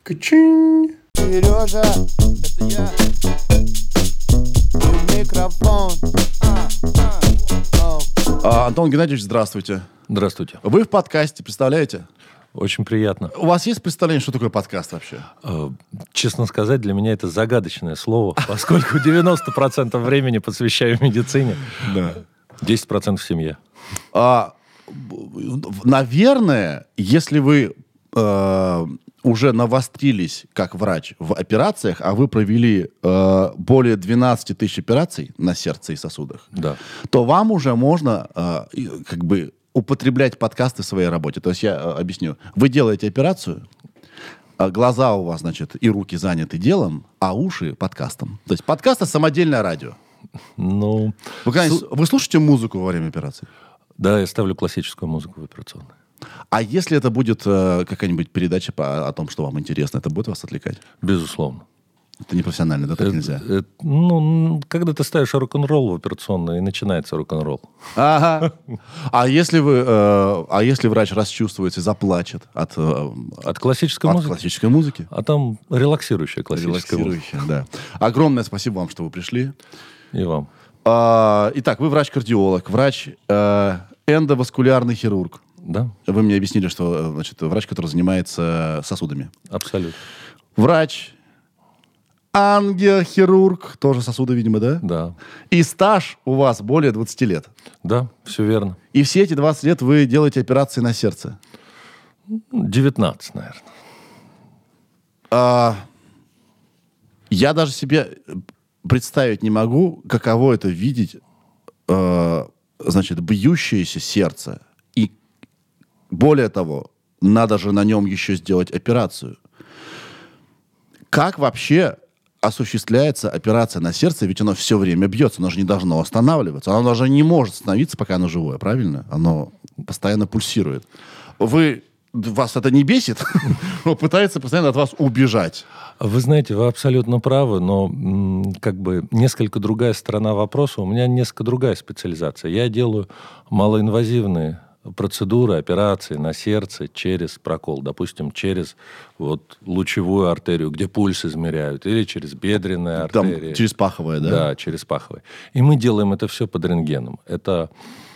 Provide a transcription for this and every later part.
Качинь. Сережа, это я. И микрофон. Антон Геннадьевич, здравствуйте. Здравствуйте. Вы в подкасте, представляете? Очень приятно. У вас есть представление, что такое подкаст вообще? Честно сказать, для меня это загадочное слово, поскольку 90% времени посвящаю медицине, Да. 10% семье. Наверное, если вы уже навострились как врач в операциях, а вы провели более 12 тысяч операций на сердце и сосудах, Да. то вам уже можно как бы употреблять подкасты в своей работе. То есть я объясню. Вы делаете операцию, глаза у вас, значит, и руки заняты делом, а уши подкастом. То есть подкаст — это самодельное радио. Ну, Вы слушаете музыку во время операции? да, я ставлю классическую музыку в операционной. А если это будет какая-нибудь передача о том, что вам интересно, это будет вас отвлекать? Безусловно. Это непрофессионально, да, так нельзя? Когда ты ставишь рок-н-ролл в операционной, и начинается рок-н-ролл. Ага. А если врач расчувствуется и заплачет от Классической музыки. классической музыки? А там релаксирующая классическая музыка. Релаксирующая, да. Огромное спасибо вам, что вы пришли. И вам. Итак, вы врач-кардиолог, врач эндоваскулярный хирург. Да, Вы мне объяснили, что, значит, врач, который занимается сосудами. абсолютно. Врач ангиохирург, тоже сосуды, видимо, да? Да. И стаж у вас более 20 лет. Да, все верно. И все эти 20 лет вы делаете операции на сердце. 19, наверное. Я даже себе представить не могу, каково это видеть, значит, бьющееся сердце. И более того, надо же на нем еще сделать операцию. Как вообще осуществляется операция на сердце? Ведь оно все время бьется, оно же не должно останавливаться. Оно даже не может остановиться, пока оно живое, правильно? Оно постоянно пульсирует. Вас это не бесит? Он пытается постоянно от вас убежать. Вы знаете, вы абсолютно правы, но как бы несколько другая сторона вопроса. У меня несколько другая специализация. Я делаю малоинвазивные процедуры, операции на сердце через прокол. Допустим, через лучевую артерию, где пульс измеряют, или через бедренные Там артерии. через паховое, да? Да, через паховое. И мы делаем это все под рентгеном. Это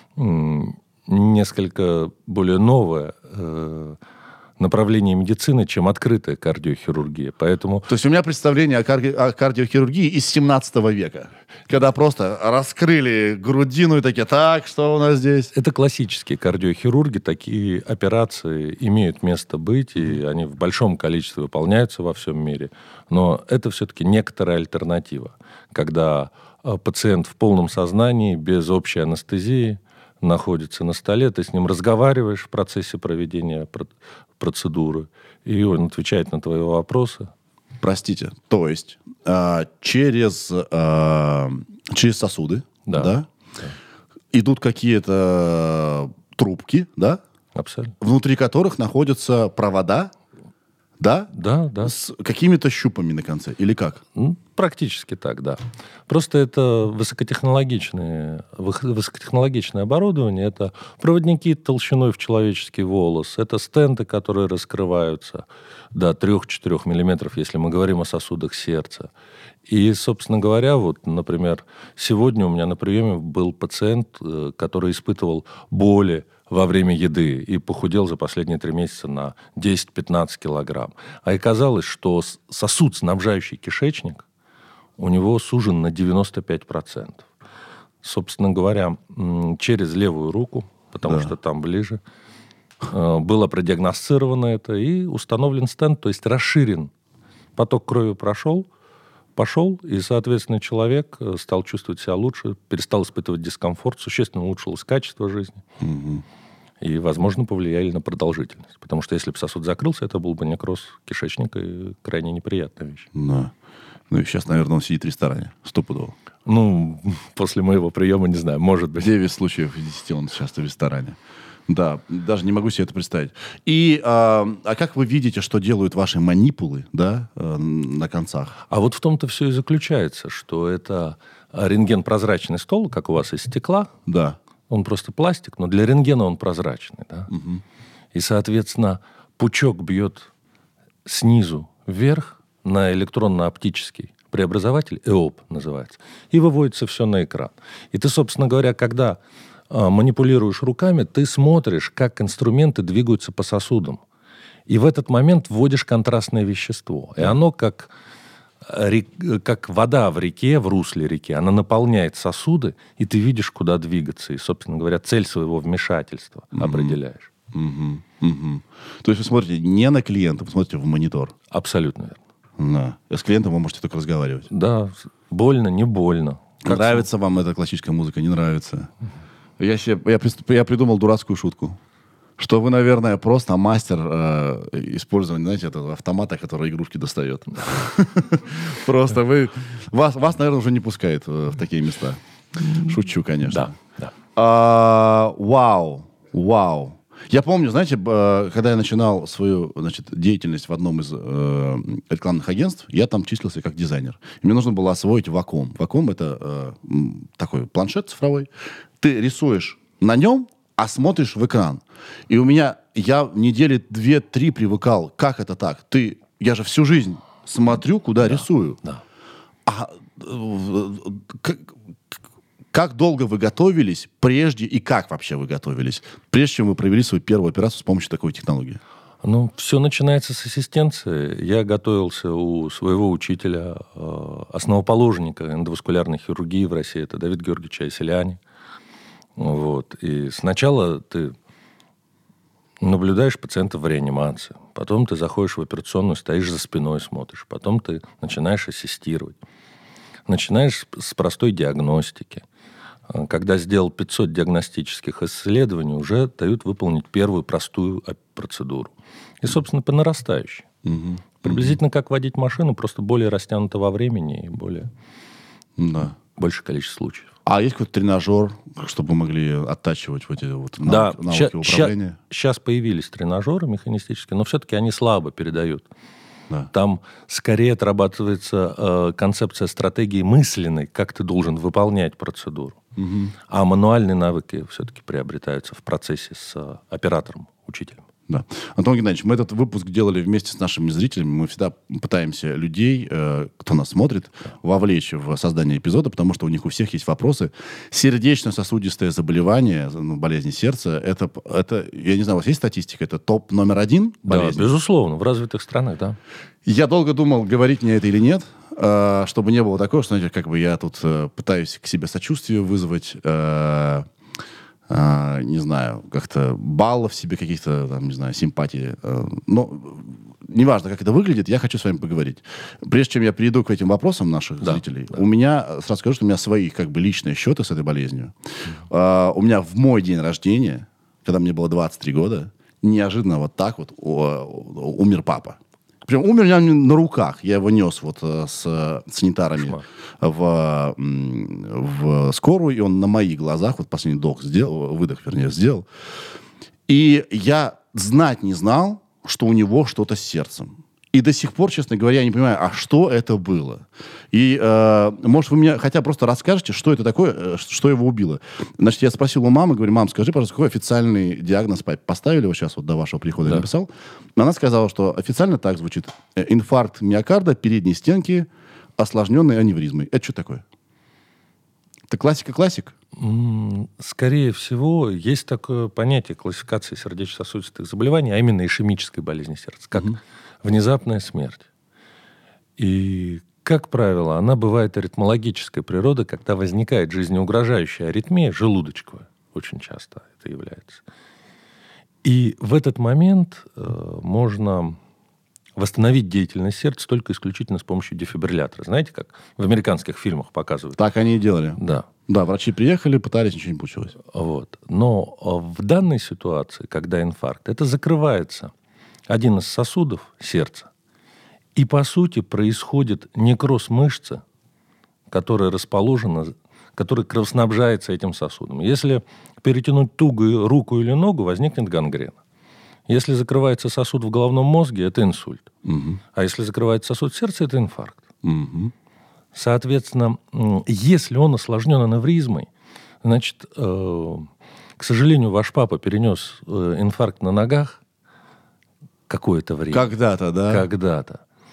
несколько более новое направление медицины, чем открытая кардиохирургия. Поэтому... То есть у меня представление о кардиохирургии из 17 века, когда просто раскрыли грудину и такие, так, что у нас здесь? Это классические кардиохирурги, такие операции имеют место быть, и они в большом количестве выполняются во всем мире. Но это все-таки некоторая альтернатива, когда пациент в полном сознании, без общей анестезии, находится на столе, ты с ним разговариваешь в процессе проведения процедуры, и он отвечает на твои вопросы. Простите, то есть через сосуды, Да. идут какие-то трубки, да, Абсолютно. внутри которых находятся провода, да, Да. с какими-то щупами на конце, или как? Практически так, да. Просто это высокотехнологичное оборудование, это проводники толщиной в человеческий волос, это стенты, которые раскрываются до 3-4 миллиметров, если мы говорим о сосудах сердца. И, собственно говоря, например, сегодня у меня на приеме был пациент, который испытывал боли во время еды и похудел за последние 3 месяца на 10-15 килограмм. А оказалось, что сосуд, снабжающий кишечник, у него сужен на 95%. Собственно говоря, через левую руку, потому что там ближе, было продиагностировано это и установлен стент, то есть расширен. Поток крови пошел, и, соответственно, человек стал чувствовать себя лучше, перестал испытывать дискомфорт, существенно улучшилось качество жизни. И, возможно, повлияли на продолжительность. Потому что если бы сосуд закрылся, это был бы некроз кишечника, и крайне неприятная вещь. Да. Ну и сейчас, наверное, он сидит в ресторане, стопудово. После моего приема, не знаю, может быть. 9 случаев из 10 он сейчас в ресторане. Да, даже не могу себе это представить. И как вы видите, что делают ваши манипулы, да, на концах? А в том-то все и заключается, что это рентген-прозрачный стол, как у вас из стекла. Да. Он просто пластик, но для рентгена он прозрачный. Да? И, соответственно, пучок бьет снизу вверх на электронно-оптический преобразователь, ЭОП называется, и выводится все на экран. И ты, собственно говоря, когда манипулируешь руками, ты смотришь, как инструменты двигаются по сосудам. И в этот момент вводишь контрастное вещество. И оно как вода в реке, в русле реки, она наполняет сосуды, и ты видишь, куда двигаться. И, собственно говоря, цель своего вмешательства определяешь. То есть вы смотрите не на клиента, вы смотрите в монитор. Абсолютно верно. Да. И с клиентом вы можете только разговаривать. Да, больно, не больно. Нравится вам эта классическая музыка, не нравится? Я придумал дурацкую шутку. Что вы, наверное, просто мастер использования, знаете, этого автомата, который игрушки достает. Просто вас, наверное, уже не пускают в такие места. Шучу, конечно. Да. Вау. Я помню, знаете, когда я начинал свою, деятельность в одном из рекламных агентств, я там числился как дизайнер. И мне нужно было освоить Wacom. Wacom — это такой планшет цифровой. Ты рисуешь на нем, а смотришь в экран. И я недели 2-3 привыкал. Как это так? Я же всю жизнь смотрю, куда рисую. Да. Как долго вы готовились прежде, и как вообще вы готовились, прежде чем вы провели свою первую операцию с помощью такой технологии? Ну, все начинается с ассистенции. Я готовился у своего учителя, основоположника эндоваскулярной хирургии в России, это Давид Георгиевич Айселяни. Вот. И сначала ты наблюдаешь пациента в реанимации, потом ты заходишь в операционную, стоишь за спиной, смотришь, потом ты начинаешь ассистировать. Начинаешь с простой диагностики. Когда сделал 500 диагностических исследований, уже дают выполнить первую простую процедуру. И, собственно, по нарастающей. Приблизительно как водить машину, просто более растянуто во времени и больше количество случаев. А есть какой-то тренажер, чтобы вы могли оттачивать вот эти навыки управления? Сейчас появились тренажеры механистические, но все-таки они слабо передают. Да. Там скорее отрабатывается концепция стратегии мысленной, как ты должен выполнять процедуру. А мануальные навыки все-таки приобретаются в процессе с оператором, учителем. Да. Антон Геннадьевич, мы этот выпуск делали вместе с нашими зрителями. Мы всегда пытаемся людей, кто нас смотрит, вовлечь в создание эпизода, потому что у них у всех есть вопросы. Сердечно-сосудистое заболевание, болезни сердца, это, я не знаю, у вас есть статистика, это топ номер 1 болезни? Да, безусловно, в развитых странах, да. Я долго думал, говорить мне это или нет, чтобы не было такого, что, знаете, как бы я тут пытаюсь к себе сочувствие вызвать, не знаю, как-то баллов себе каких-то, там, не знаю, симпатии. Но неважно, как это выглядит, я хочу с вами поговорить. Прежде чем я перейду к этим вопросам наших зрителей, у меня, сразу скажу, что у меня свои как бы личные счеты с этой болезнью. У меня в мой день рождения, когда мне было 23 года, неожиданно вот так вот умер папа. Причем умер у меня на руках. Я его нес вот с санитарами в скорую, и он на моих глазах вот последний выдох сделал. И я знать не знал, что у него что-то с сердцем. И до сих пор, честно говоря, я не понимаю, а что это было? И, может, вы мне хотя просто расскажете, что это такое, что его убило? Значит, я спросил у мамы, говорю, мам, скажи, пожалуйста, какой официальный диагноз поставили вот сейчас вот до вашего прихода? Я написал. Она сказала, что официально так звучит. Инфаркт миокарда передней стенки, осложненной аневризмой. Это что такое? Это классика-классик? Скорее всего, есть такое понятие классификации сердечно-сосудистых заболеваний, а именно ишемической болезни сердца, как внезапная смерть. И, как правило, она бывает аритмологической природы, когда возникает жизнеугрожающая аритмия, желудочковая, очень часто это является. И в этот момент можно восстановить деятельность сердца только исключительно с помощью дефибриллятора. Знаете, как в американских фильмах показывают? Так они и делали. Да. Да, врачи приехали, пытались, ничего не получилось. Вот. Но в данной ситуации, когда инфаркт, это закрывается один из сосудов сердца, и, по сути, происходит некроз мышцы, которая расположена, которая кровоснабжается этим сосудом. Если перетянуть тугую руку или ногу, возникнет гангрена. Если закрывается сосуд в головном мозге, это инсульт. А если закрывается сосуд сердца, это инфаркт. Соответственно, если он осложнен аневризмой, значит, к сожалению, ваш папа перенес инфаркт на ногах какое-то время. Когда-то, да? Когда-то.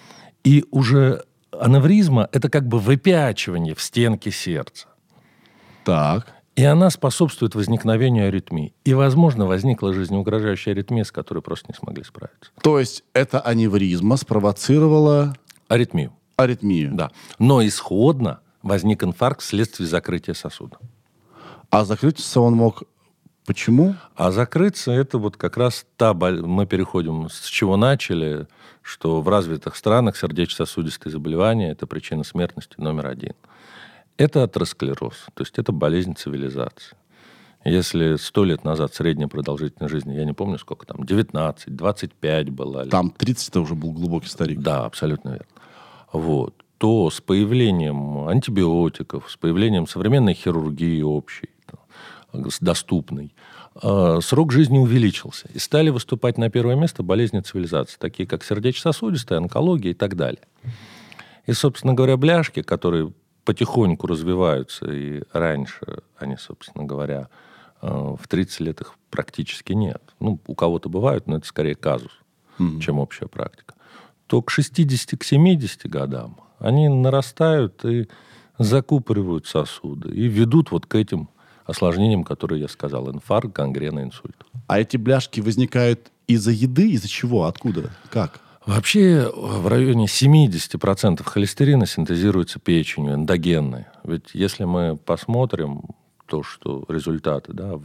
И уже аневризма – это как бы выпячивание в стенке сердца. Так. И она способствует возникновению аритмий. И, возможно, возникла жизнеугрожающая аритмия, с которой просто не смогли справиться. То есть эта аневризма спровоцировала Аритмию. аритмию. Да. Но исходно возник инфаркт вследствие закрытия сосуда. А закрыться он мог... Почему? А закрыться – это вот как раз мы переходим, с чего начали, что в развитых странах сердечно-сосудистые заболевания – это причина смертности номер 1. Это атеросклероз, то есть это болезнь цивилизации. Если 100 лет назад средняя продолжительность жизни, я не помню сколько там, 19, 25 была. Там 30 это уже был глубокий старик. Да, абсолютно верно. Вот. То с появлением антибиотиков, с появлением современной хирургии общей, доступной, срок жизни увеличился. И стали выступать на первое место болезни цивилизации, такие как сердечно-сосудистая, онкология и так далее. И, собственно говоря, бляшки, которые потихоньку развиваются, и раньше они, собственно говоря, в 30 лет их практически нет. Ну, у кого-то бывают, но это скорее казус, чем общая практика. То к 60, к 70 годам они нарастают и закупоривают сосуды, и ведут вот к этим осложнениям, которые я сказал: инфаркт, гангрена, инсульт. А эти бляшки возникают из-за еды? Из-за чего? Откуда? Как? Вообще в районе 70% холестерина синтезируется печенью, эндогенной. Ведь если мы посмотрим то, что результаты, да,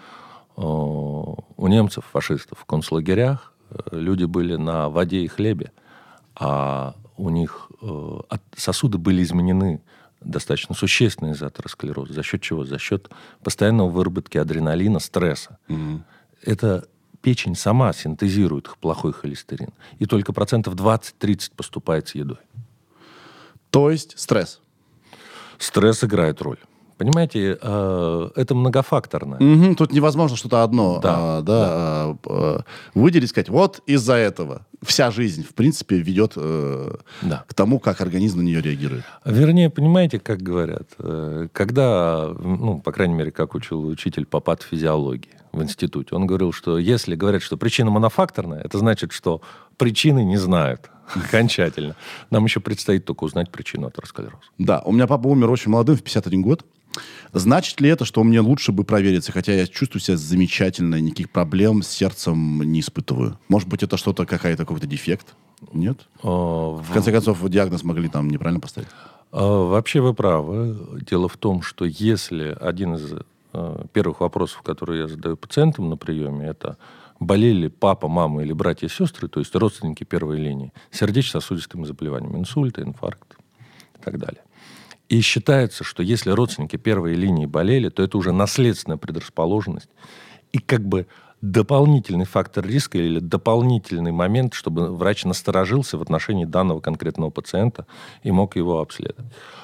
у немцев, фашистов, в концлагерях люди были на воде и хлебе, а у них сосуды были изменены достаточно существенно из-за атеросклероза. За счет чего? За счет постоянного выработки адреналина, стресса. Это печень сама синтезирует плохой холестерин. И только 20-30% поступает с едой. То есть стресс. Стресс играет роль. Понимаете, это многофакторно. Тут невозможно что-то одно выделить, сказать, вот из-за этого вся жизнь, в принципе, ведет к тому, как организм на нее реагирует. Вернее, понимаете, как говорят, когда, по крайней мере, как учил учитель по патофизиологии в институте, он говорил, что если говорят, что причина монофакторная, это значит, что причины не знают окончательно. Нам еще предстоит только узнать причину атеросклероза. Да, у меня папа умер очень молодым, в 51 год. Значит ли это, что мне лучше бы провериться, хотя я чувствую себя замечательно, никаких проблем с сердцем не испытываю? Может быть, это что-то, какой-то дефект? Нет? В конце концов, диагноз могли там неправильно поставить. Вообще вы правы. Дело в том, что если один из первых вопросов, которые я задаю пациентам на приеме, это болели папа, мама или братья и сестры, то есть родственники первой линии, сердечно-сосудистыми заболеваниями, инсульт, инфаркт и так далее. И считается, что если родственники первой линии болели, то это уже наследственная предрасположенность. И как бы дополнительный фактор риска или дополнительный момент, чтобы врач насторожился в отношении данного конкретного пациента и мог его обследовать.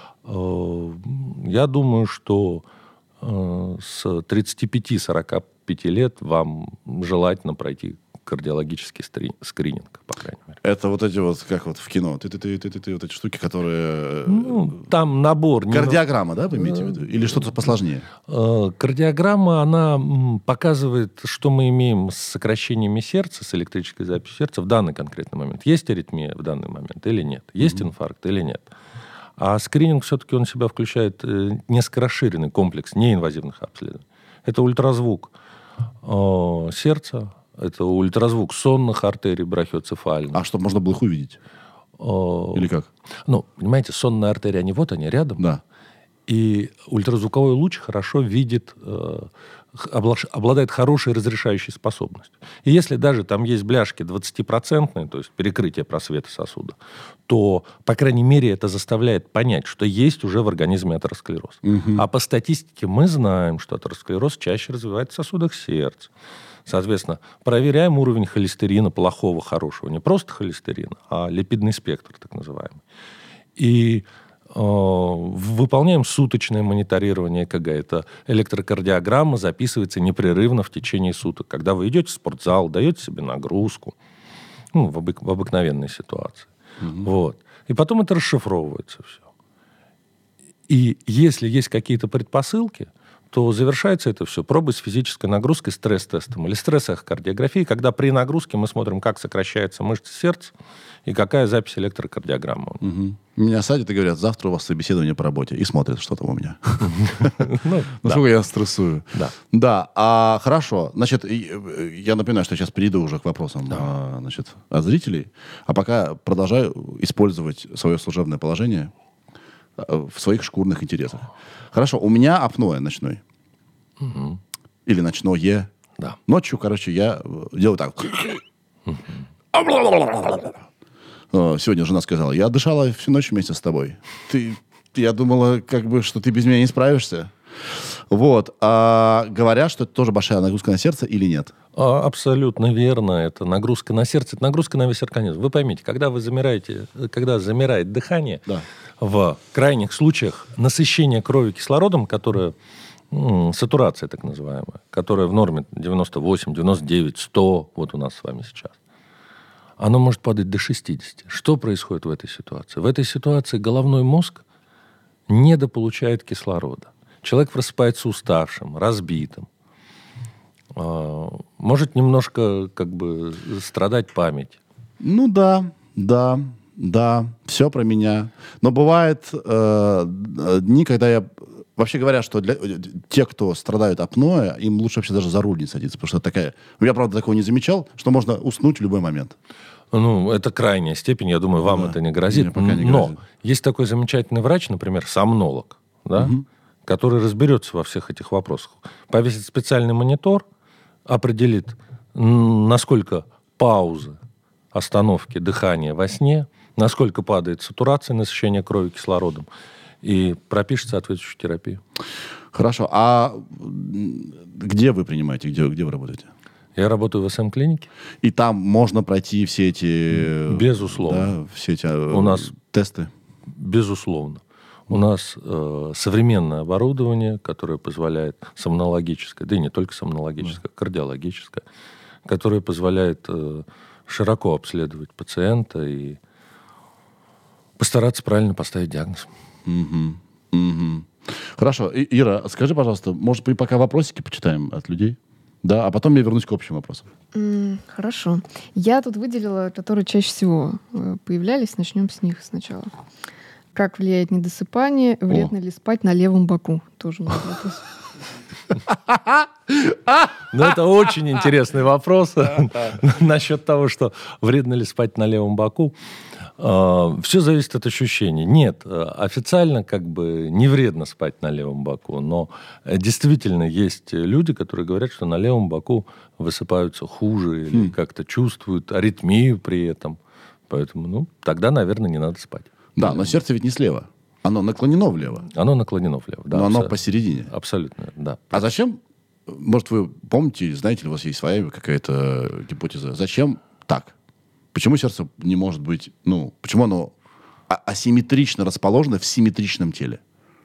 Я думаю, что с 35-45 лет вам желательно пройти кардиологический скрининг, по крайней мере. Это вот эти вот, как вот в кино, вот эти штуки, которые... там набор... Кардиограмма, да, вы имеете в виду? Или что-то посложнее? Кардиограмма, она показывает, что мы имеем с сокращениями сердца, с электрической записью сердца в данный конкретный момент. Есть аритмия в данный момент или нет? Есть инфаркт или нет? А скрининг все-таки он в себя включает несколько расширенный комплекс неинвазивных обследований. Это ультразвук сердца, это ультразвук сонных артерий брахиоцефальных. А чтобы можно было их увидеть? Или как? Понимаете, сонные артерии, они рядом. Да. И ультразвуковой луч хорошо видит, обладает хорошей разрешающей способностью. И если даже там есть бляшки 20%, то есть перекрытие просвета сосуда, то, по крайней мере, это заставляет понять, что есть уже в организме атеросклероз. А по статистике мы знаем, что атеросклероз чаще развивается в сосудах сердца. Соответственно, проверяем уровень холестерина, плохого, хорошего. Не просто холестерина, а липидный спектр, так называемый. И выполняем суточное мониторирование ЭКГ. Это электрокардиограмма записывается непрерывно в течение суток. Когда вы идете в спортзал, даете себе нагрузку, в обыкновенной ситуации. Вот. И потом это расшифровывается все. И если есть какие-то предпосылки, то завершается это все пробой с физической нагрузкой, стресс-тестом или стресс-эхокардиографией, когда при нагрузке мы смотрим, как сокращаются мышцы сердца и какая запись электрокардиограммы. Меня садят и говорят, завтра у вас собеседование по работе. И смотрят, что там у меня. Ну, Насколько я стрессую. да. Да, хорошо. Значит, я напоминаю, что я сейчас перейду уже к вопросам значит, от зрителей. А пока продолжаю использовать свое служебное положение в своих шкурных интересах. Хорошо, у меня апноэ ночной. Или ночное. Да. Ночью, короче, я делаю так. Сегодня жена сказала, я дышала всю ночь вместе с тобой. Я думала, как бы, что ты без меня не справишься. Вот. А говорят, что это тоже большая нагрузка на сердце или нет? Абсолютно верно. Это нагрузка на сердце, это нагрузка на весь организм. Вы поймите, когда замирает дыхание, Да. в крайних случаях насыщение крови кислородом, которое сатурация так называемая, которая в норме 98, 99, 100, вот у нас с вами сейчас, оно может падать до 60. Что происходит в этой ситуации? В этой ситуации головной мозг недополучает кислорода. Человек просыпается уставшим, разбитым. Может немножко как бы страдать память. Ну да, все про меня. Но бывают дни, когда я... Вообще говорят, что для тех, кто страдают апноэ, им лучше вообще даже за руль не садиться. Потому что такая... Я, правда, такого не замечал, что можно уснуть в любой момент. Ну, это крайняя степень, я думаю, вам это не грозит. Мне пока не Но грозит. есть такой замечательный врач, например, сомнолог, да, который разберется во всех этих вопросах. Повесит специальный монитор, определит, насколько паузы, остановки дыхания во сне, насколько падает сатурация, насыщение крови кислородом, и пропишет соответствующую терапию. Хорошо. А где вы принимаете? Где вы работаете? Я работаю в СМ-клинике. И там можно пройти все эти... Безусловно. Да, все эти У нас тесты? Безусловно. У нас современное оборудование, которое позволяет сомнологическое, да и не только сомнологическое, кардиологическое, которое позволяет широко обследовать пациента и постараться правильно поставить диагноз. Хорошо. Ира, скажи, пожалуйста, может быть, пока вопросики почитаем от людей? Да, а потом я вернусь к общим вопросам. Хорошо. Я тут выделила, которые чаще всего появлялись. Начнем с них сначала. Как влияет недосыпание? Вредно ли спать на левом боку? Тоже мой вопрос. Ну, это очень интересный вопрос насчет того, что вредно ли спать на левом боку. Все зависит от ощущений. Нет, официально как бы не вредно спать на левом боку, но действительно есть люди, которые говорят, что на левом боку высыпаются хуже или как-то чувствуют аритмию при этом. Поэтому, тогда, наверное, не надо спать. Да, но сердце ведь не слева. Оно наклонено влево. Оно наклонено влево, да. Но оно посередине. Абсолютно, да. А зачем, может, вы помните, знаете ли, у вас есть своя какая-то гипотеза, зачем так? Почему сердце не может быть, почему оно асимметрично расположено в симметричном теле?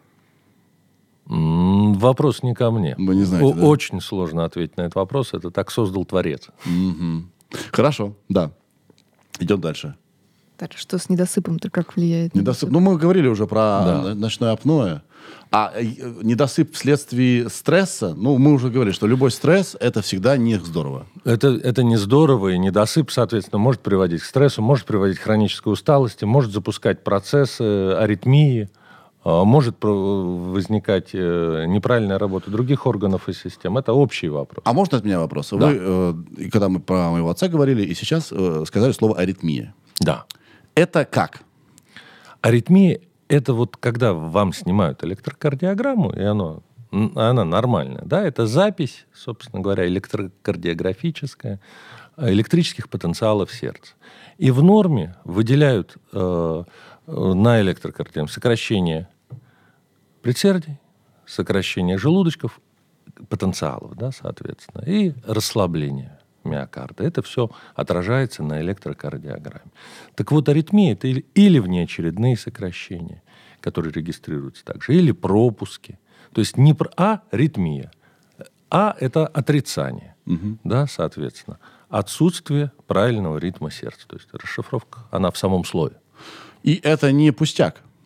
Вопрос не ко мне. Вы не знаете, да? Очень сложно ответить на этот вопрос. Это так создал Творец. Хорошо, да. Идем дальше. Так, что с недосыпом-то как влияет? Недосып. Мы говорили уже про ночное апноэ. А недосып вследствие стресса, мы уже говорили, что любой стресс это всегда не здорово. Это не здорово, и недосып, соответственно, может приводить к стрессу, может приводить к хронической усталости, может запускать процессы аритмии, может возникать неправильная работа других органов и систем. Это общий вопрос. А можно от меня вопрос? Да. Вы, когда мы про моего отца говорили, и сейчас сказали слово аритмия. Да. Это как? Аритмия – это вот когда вам снимают электрокардиограмму, и она нормальная. Да? Это запись, собственно говоря, электрокардиографическая, электрических потенциалов сердца. И в норме выделяют на электрокардиограмме сокращение предсердий, сокращение желудочков, потенциалов, да, соответственно, и расслабление миокарда. Это все отражается на электрокардиограмме. Так вот, аритмия – это или внеочередные сокращения, которые регистрируются также, или пропуски. То есть не аритмия. А – это отрицание, да, соответственно. Отсутствие правильного ритма сердца. То есть расшифровка, она в самом слове. И это не пустяк.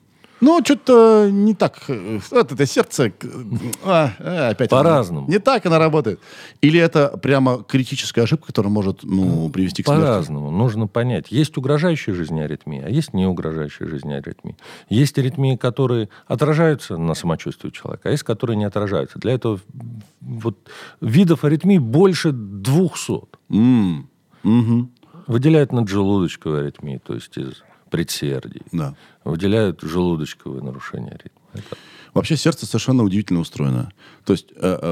Ну, что-то не так. Вот это сердце опять... По-разному. Не так оно работает. Или это прямо критическая ошибка, которая может привести к смерти? По-разному. Нужно понять. Есть угрожающие жизни аритмии, а есть не угрожающие жизни аритмии. Есть аритмии, которые отражаются на самочувствии человека, а есть, которые не отражаются. Для этого вот видов аритмий больше 200. Мгм. Выделяют наджелудочковые аритмии, то есть из предсердий. Да. Выделяют желудочковые нарушения ритма. Это... Вообще сердце совершенно удивительно устроено. То есть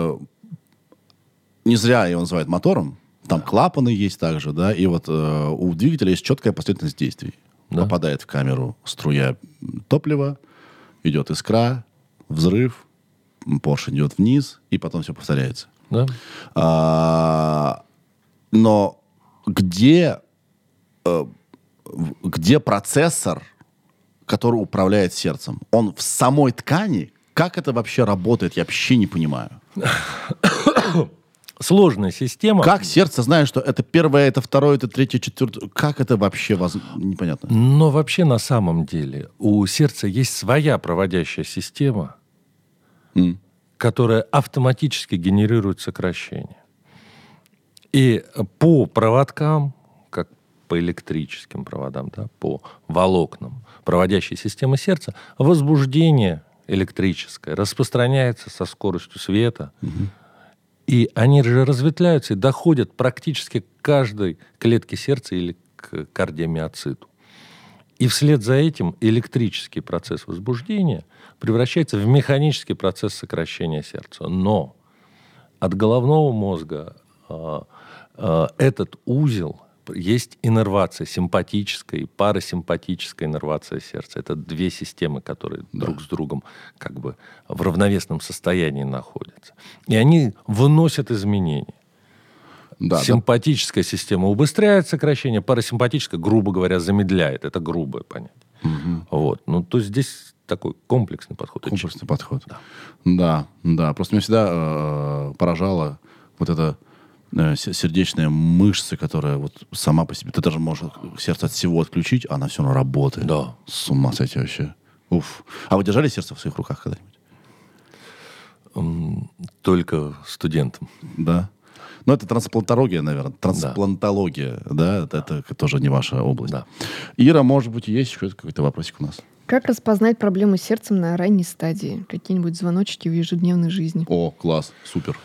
не зря его называют мотором. Там клапаны есть также, да, и вот у двигателя есть четкая последовательность действий. Да. Попадает в камеру струя топлива, идет искра, взрыв, поршень идет вниз, и потом все повторяется. Да? Но где процессор, который управляет сердцем? Он в самой ткани? Как это вообще работает? Я вообще не понимаю. Сложная система. Как сердце знает, что это первое, это второе, это третье, четвертое? Как это вообще непонятно? Но вообще на самом деле у сердца есть своя проводящая система, которая автоматически генерирует сокращение. И по проводкам, как по электрическим проводам, да, по волокнам проводящей системы сердца, возбуждение электрическое распространяется со скоростью света, и они же разветвляются и доходят практически к каждой клетке сердца или к кардиомиоциту. И вслед за этим электрический процесс возбуждения превращается в механический процесс сокращения сердца. Но от головного мозга этот узел, есть иннервация, симпатическая и парасимпатическая иннервация сердца. Это две системы, которые друг с другом как бы в равновесном состоянии находятся. И они вносят изменения. Симпатическая система убыстряет сокращение, парасимпатическая, грубо говоря, замедляет. Это грубое понятие. Вот. Ну, то есть здесь такой комплексный подход. Комплексный подход. Да. Просто меня всегда поражало вот это сердечная мышца, которая вот сама по себе... Ты даже можешь сердце от всего отключить, а она все равно работает. Да. С ума сойти вообще. Уф. А вы держали сердце в своих руках когда-нибудь? Только студентам. Да. Ну, это трансплантология, наверное. Трансплантология, да? Это тоже не ваша область. Да. Ира, может быть, есть еще какой-то вопросик у нас? Как распознать проблемы с сердцем на ранней стадии? Какие-нибудь звоночки в ежедневной жизни? О, класс, супер.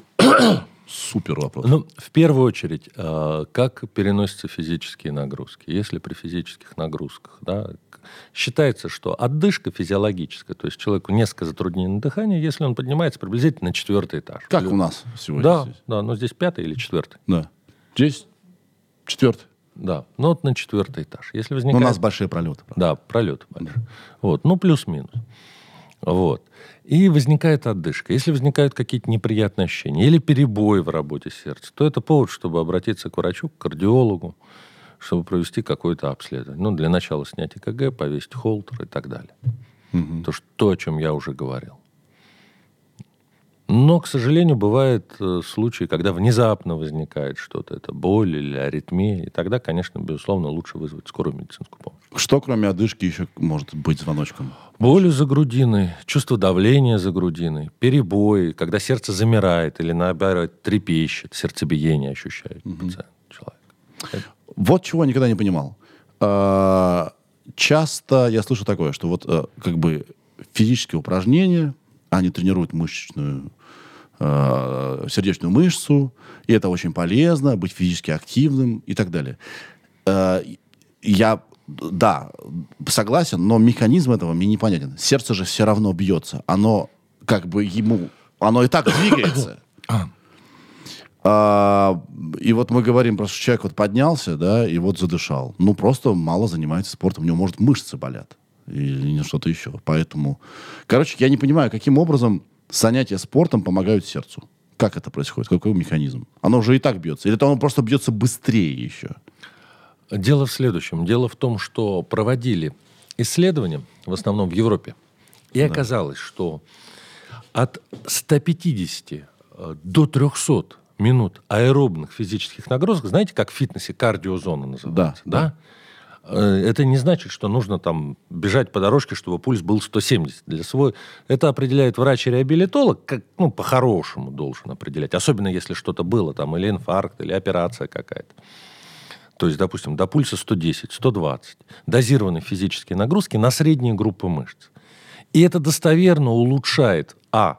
Супер вопрос. Ну, в первую очередь, как переносятся физические нагрузки? Если при физических нагрузках, да, считается, что отдышка физиологическая, то есть человеку несколько затруднений на дыхание, если он поднимается приблизительно на 4-й этаж. Как у нас сегодня? Да, здесь? да, но здесь 5-й или 4-й. Да. Здесь 4-й. Да, ну вот на 4-й этаж. Если возникает... Но у нас большие пролеты. Да, пролеты большие. Вот, ну плюс-минус. Вот. И возникает отдышка. Если возникают какие-то неприятные ощущения или перебои в работе сердца, то это повод, чтобы обратиться к врачу, к кардиологу, чтобы провести какое-то обследование. Ну, для начала снять ЭКГ, повесить холтер и так далее. То, о чем я уже говорил. Но, к сожалению, бывают случаи, когда внезапно возникает что-то, это боль или аритмия, и тогда, конечно, безусловно, лучше вызвать скорую медицинскую помощь. Что, кроме одышки, еще может быть звоночком? Боль за грудиной, чувство давления за грудиной, перебои, когда сердце замирает или, наоборот, трепещет, сердцебиение ощущает пациент, человек. Вот чего я никогда не понимал. Часто я слышу такое, что вот как бы физические упражнения, они тренируют мышечную, сердечную мышцу, и это очень полезно, быть физически активным и так далее. Я, да, согласен, но механизм этого мне непонятен. Сердце же все равно бьется. Оно как бы оно и так двигается. И вот мы говорим, просто что человек вот поднялся, да, и вот задышал. Ну, просто мало занимается спортом. У него, может, мышцы болят. Или что-то еще. Поэтому, короче, я не понимаю, каким образом занятия спортом помогают сердцу. Как это происходит? Какой механизм? Оно уже и так бьется. Или это оно просто бьется быстрее еще? Дело в следующем. Дело в том, что проводили исследования, в основном в Европе, и оказалось, что от 150 до 300 минут аэробных физических нагрузок, знаете, как в фитнесе кардиозона называется, да? Это не значит, что нужно там бежать по дорожке, чтобы пульс был 170. Это определяет врач-реабилитолог, как, по-хорошему должен определять. Особенно, если что-то было, там, или инфаркт, или операция какая-то. То есть, допустим, до пульса 110, 120. Дозированные физические нагрузки на средние группы мышц. И это достоверно улучшает,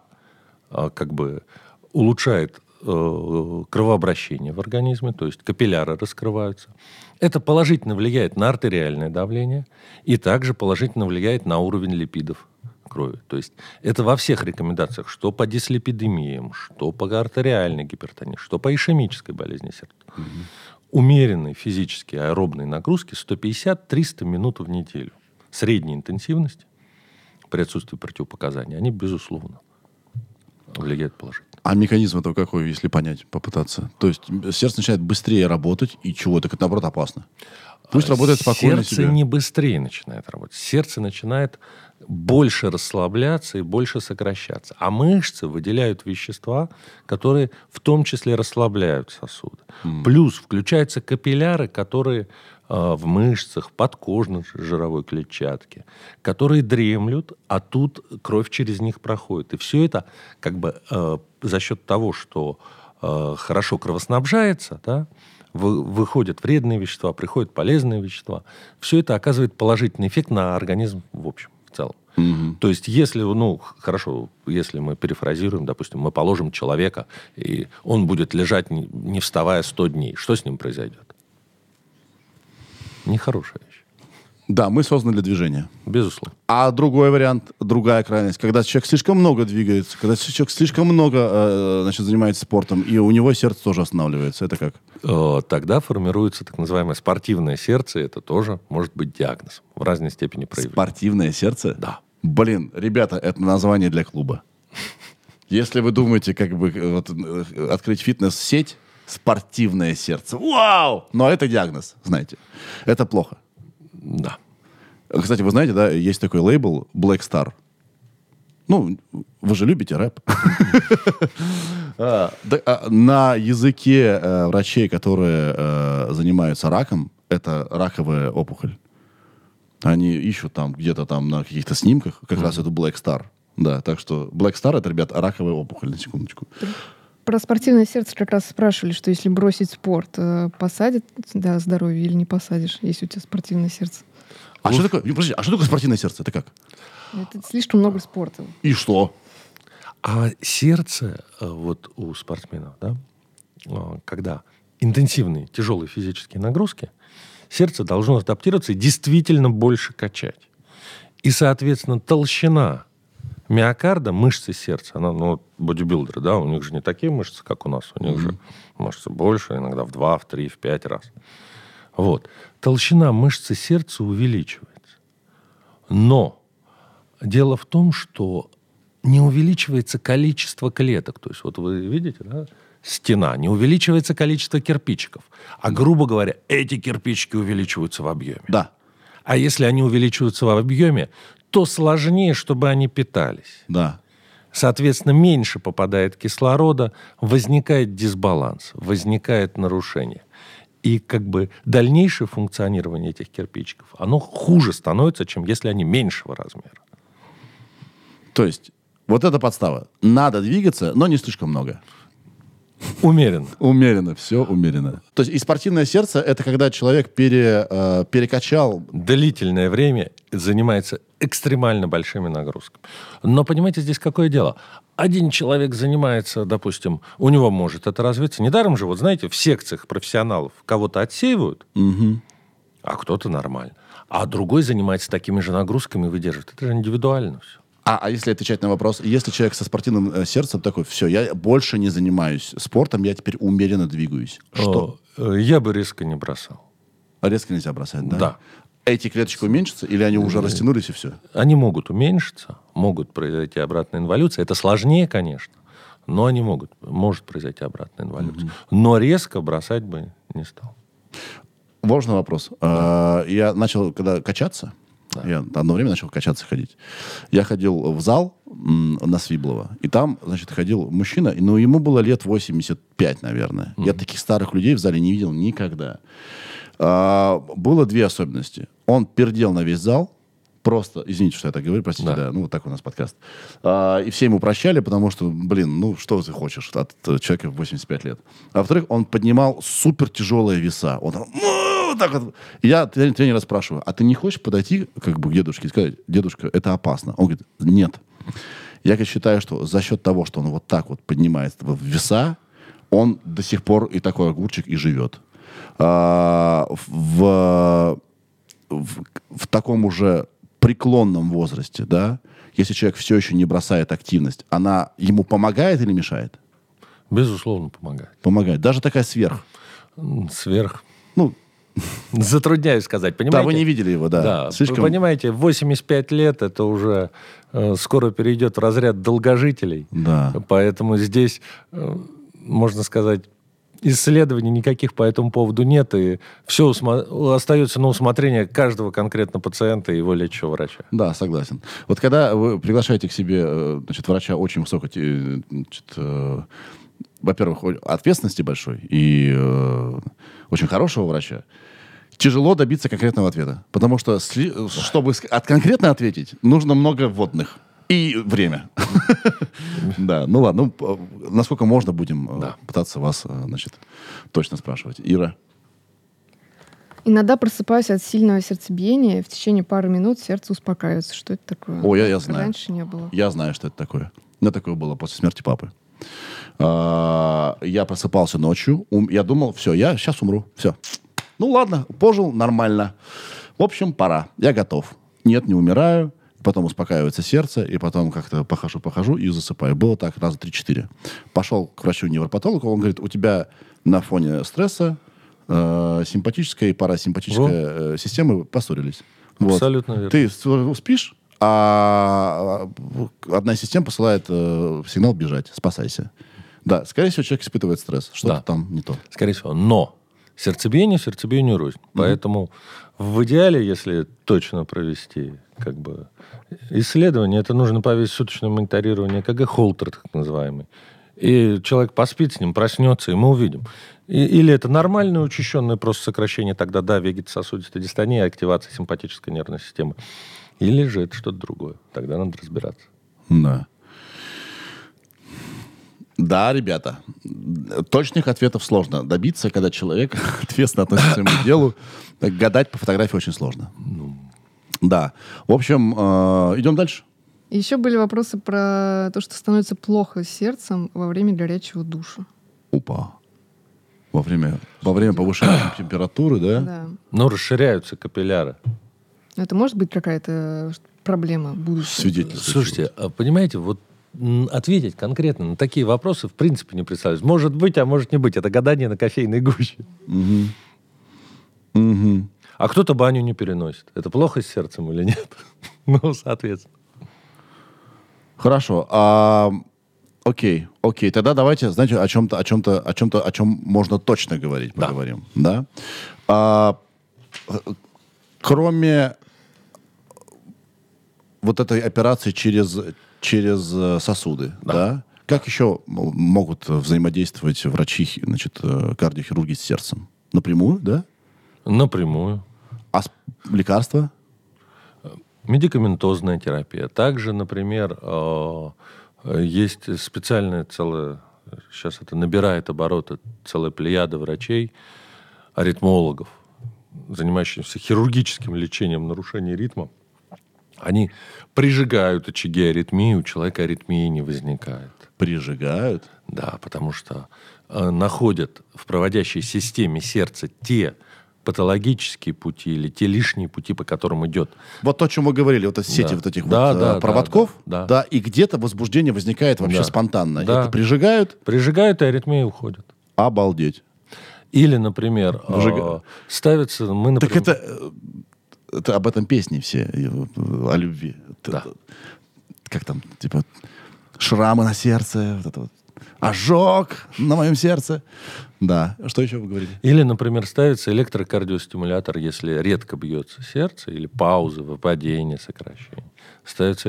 улучшает кровообращение в организме, то есть капилляры раскрываются. Это положительно влияет на артериальное давление и также положительно влияет на уровень липидов крови. То есть это во всех рекомендациях, что по дислипидемиям, что по артериальной гипертонии, что по ишемической болезни сердца. Умеренные физические аэробные нагрузки 150-300 минут в неделю средней интенсивности при отсутствии противопоказаний, они, безусловно, влияют положительно. А механизм этого какой, если понять, попытаться? То есть сердце начинает быстрее работать, и чего? Так это, наоборот, опасно. Пусть работает спокойно Сердце себе. не быстрее начинает работать. Сердце начинает больше расслабляться и больше сокращаться. А мышцы выделяют вещества, которые в том числе расслабляют сосуды. Плюс включаются капилляры, которые в мышцах, подкожной жировой клетчатке, которые дремлют, а тут кровь через них проходит. И все это за счет того, что хорошо кровоснабжается, да, выходят вредные вещества, приходят полезные вещества. Все это оказывает положительный эффект на организм в общем, в целом. То есть, если мы перефразируем, допустим, мы положим человека, и он будет лежать, не вставая 100 дней, что с ним произойдет? Нехорошая вещь. Да, мы созданы для движения. Безусловно. А другой вариант, другая крайность, когда человек слишком много двигается, когда человек слишком много занимается спортом, и у него сердце тоже останавливается. Это как? Тогда формируется так называемое спортивное сердце. Это тоже может быть диагноз в разной степени проявления. Спортивное сердце? Да. Блин, ребята, это название для клуба. Если вы думаете, открыть фитнес-сеть, спортивное сердце. Вау! Но это диагноз, знаете. Это плохо. Да. Кстати, вы знаете, да, есть такой лейбл Black Star. Вы же любите рэп. На языке врачей, которые занимаются раком, это раковая опухоль. Они ищут там где-то там на каких-то снимках как раз эту Black Star. Да, так что Black Star — это, ребят, раковая опухоль, на секундочку. Про спортивное сердце как раз спрашивали, что если бросить спорт, посадит здоровье или не посадишь, если у тебя спортивное сердце? Что такое? Подожди, а что такое спортивное сердце? Это как? Это слишком много спорта. И что? А сердце у спортсменов, да, когда интенсивные тяжелые физические нагрузки, сердце должно адаптироваться и действительно больше качать. И, соответственно, толщина миокарда, мышцы сердца, бодибилдеры, да, у них же не такие мышцы, как у нас, у них же мышцы больше, иногда в 2, в 3, в 5 раз. Толщина мышцы сердца увеличивается. Но дело в том, что не увеличивается количество клеток. То есть вы видите, да, стена, не увеличивается количество кирпичиков. А, грубо говоря, эти кирпичики увеличиваются в объеме. Да. А если они увеличиваются в объеме, то сложнее, чтобы они питались. Да. Соответственно, меньше попадает кислорода, возникает дисбаланс, возникает нарушение. И дальнейшее функционирование этих кирпичиков, оно хуже становится, чем если они меньшего размера. То есть, вот это подстава. Надо двигаться, но не слишком много. Умеренно. Умеренно, все умеренно. То есть и спортивное сердце — это когда человек перекачал... Длительное время занимается экстремально большими нагрузками. Но понимаете, здесь какое дело? Один человек занимается, допустим, у него может это развиться. Недаром же, знаете, в секциях профессионалов кого-то отсеивают, а кто-то нормально. А другой занимается такими же нагрузками и выдерживает. Это же индивидуально все. А если отвечать на вопрос, если человек со спортивным сердцем такой, все, я больше не занимаюсь спортом, я теперь умеренно двигаюсь. Что? Я бы резко не бросал. Резко нельзя бросать, да? Да. Эти клеточки уменьшатся или они уже растянулись и все? Они могут уменьшиться, могут произойти обратная инволюция. Это сложнее, конечно, но может произойти обратная инволюция. Но резко бросать бы не стал. Важный вопрос. Я начал, когда качаться, я одно время начал качаться, ходить. Я ходил в зал на Свиблова, и там, ходил мужчина, но ему было лет 85, наверное. Я таких старых людей в зале не видел никогда. Было две особенности. Он пердел на весь зал. Просто, извините, что я так говорю, простите, Да. да, вот так у нас подкаст. И все ему прощали, потому что, что ты хочешь от человека в 85 лет. А во-вторых, он поднимал супер тяжелые веса. Он там, вот так вот. И я тренера спрашиваю, а ты не хочешь подойти как бы к дедушке и сказать, дедушка, это опасно? Он говорит, нет. Я считаю, что за счет того, что он вот так вот поднимает веса, он до сих пор и такой огурчик и живет. В таком уже преклонном возрасте, да, если человек все еще не бросает активность, она ему помогает или мешает? Безусловно, помогает. Помогает. Даже такая сверх. Сверх. Ну, Затрудняюсь сказать, понимаете? да, вы не видели его, да. Да, Слишком... вы понимаете, 85 лет это уже скоро перейдет в разряд долгожителей. Да. Поэтому здесь, можно сказать, исследований никаких по этому поводу нет, и все остается на усмотрение каждого конкретно пациента и его лечащего врача. Да, согласен. Вот когда вы приглашаете к себе, врача очень высокой, во-первых, ответственности большой и очень хорошего врача, тяжело добиться конкретного ответа. Потому что, чтобы конкретно ответить, нужно много вводных. И время. Да, ну ладно. Насколько можно, будем пытаться вас, точно спрашивать. Ира? Иногда просыпаюсь от сильного сердцебиения, и в течение пары минут сердце успокаивается. Что это такое? О, я знаю. Раньше не было. Я знаю, что это такое. У меня такое было после смерти папы. Я просыпался ночью. Я думал, все, я сейчас умру. Все. Ну ладно, пожил, нормально. В общем, пора. Я готов. Нет, не умираю. Потом успокаивается сердце, и потом как-то похожу и засыпаю. Было так раза 3-4. Пошел к врачу-невропатологу, он говорит, у тебя на фоне стресса симпатическая и парасимпатическая системы поссорились. Вот. Абсолютно верно. Ты спишь, а одна из систем посылает сигнал бежать, спасайся. Да, скорее всего, человек испытывает стресс. Что-то там не то. Скорее всего. Но сердцебиение сердцебиению рознь. Поэтому в идеале, если точно провести исследование, это нужно повесить суточное мониторирование ЭКГ, холтер так называемый. И человек поспит с ним, проснется, и мы увидим. Или это нормальное учащенное просто сокращение, тогда да, вегетососудистая дистония, активация симпатической нервной системы. Или же это что-то другое. Тогда надо разбираться. Да. Да, ребята, точных ответов сложно добиться, когда человек ответственно относится к своему делу. Гадать по фотографии очень сложно. Да. В общем, идем дальше. Еще были вопросы про то, что становится плохо с сердцем во время горячего душа. Опа. Во время повышения температуры, да? Да. Но расширяются капилляры. Это может быть какая-то проблема будущего? Свидетельство. Слушайте, понимаете, вот ответить конкретно на такие вопросы в принципе не представляюсь. Может быть, а может не быть. Это гадание на кофейной гуще. А кто-то баню не переносит. Это плохо с сердцем или нет? Ну, соответственно. Хорошо. Окей. Тогда давайте, знаете, о чем можно точно говорить, поговорим. Да? Кроме вот этой операции через сосуды, да? Как еще могут взаимодействовать врачи, кардиохирурги с сердцем? Напрямую, да? Напрямую. А лекарства? Медикаментозная терапия. Также, например, есть специальная сейчас это набирает обороты, целая плеяда врачей, аритмологов, занимающихся хирургическим лечением нарушений ритма. Они прижигают очаги аритмии, у человека аритмии не возникает. Прижигают? Да, потому что находят в проводящей системе сердца те патологические пути или те лишние пути, по которым идет. Вот то, о чем мы говорили, вот эти сети вот этих проводков, да. И где-то возбуждение возникает вообще спонтанно. Да. Это прижигают? Прижигают, и аритмии уходят. Обалдеть. Или, например, ставится... Так это об этом песни все, о любви. Да. Как там, типа, шрамы на сердце, вот это вот. Ожог на моем сердце. Да. Что еще вы говорили? Или, например, ставится электрокардиостимулятор, если редко бьется сердце, или паузы, выпадение, сокращение. Ставится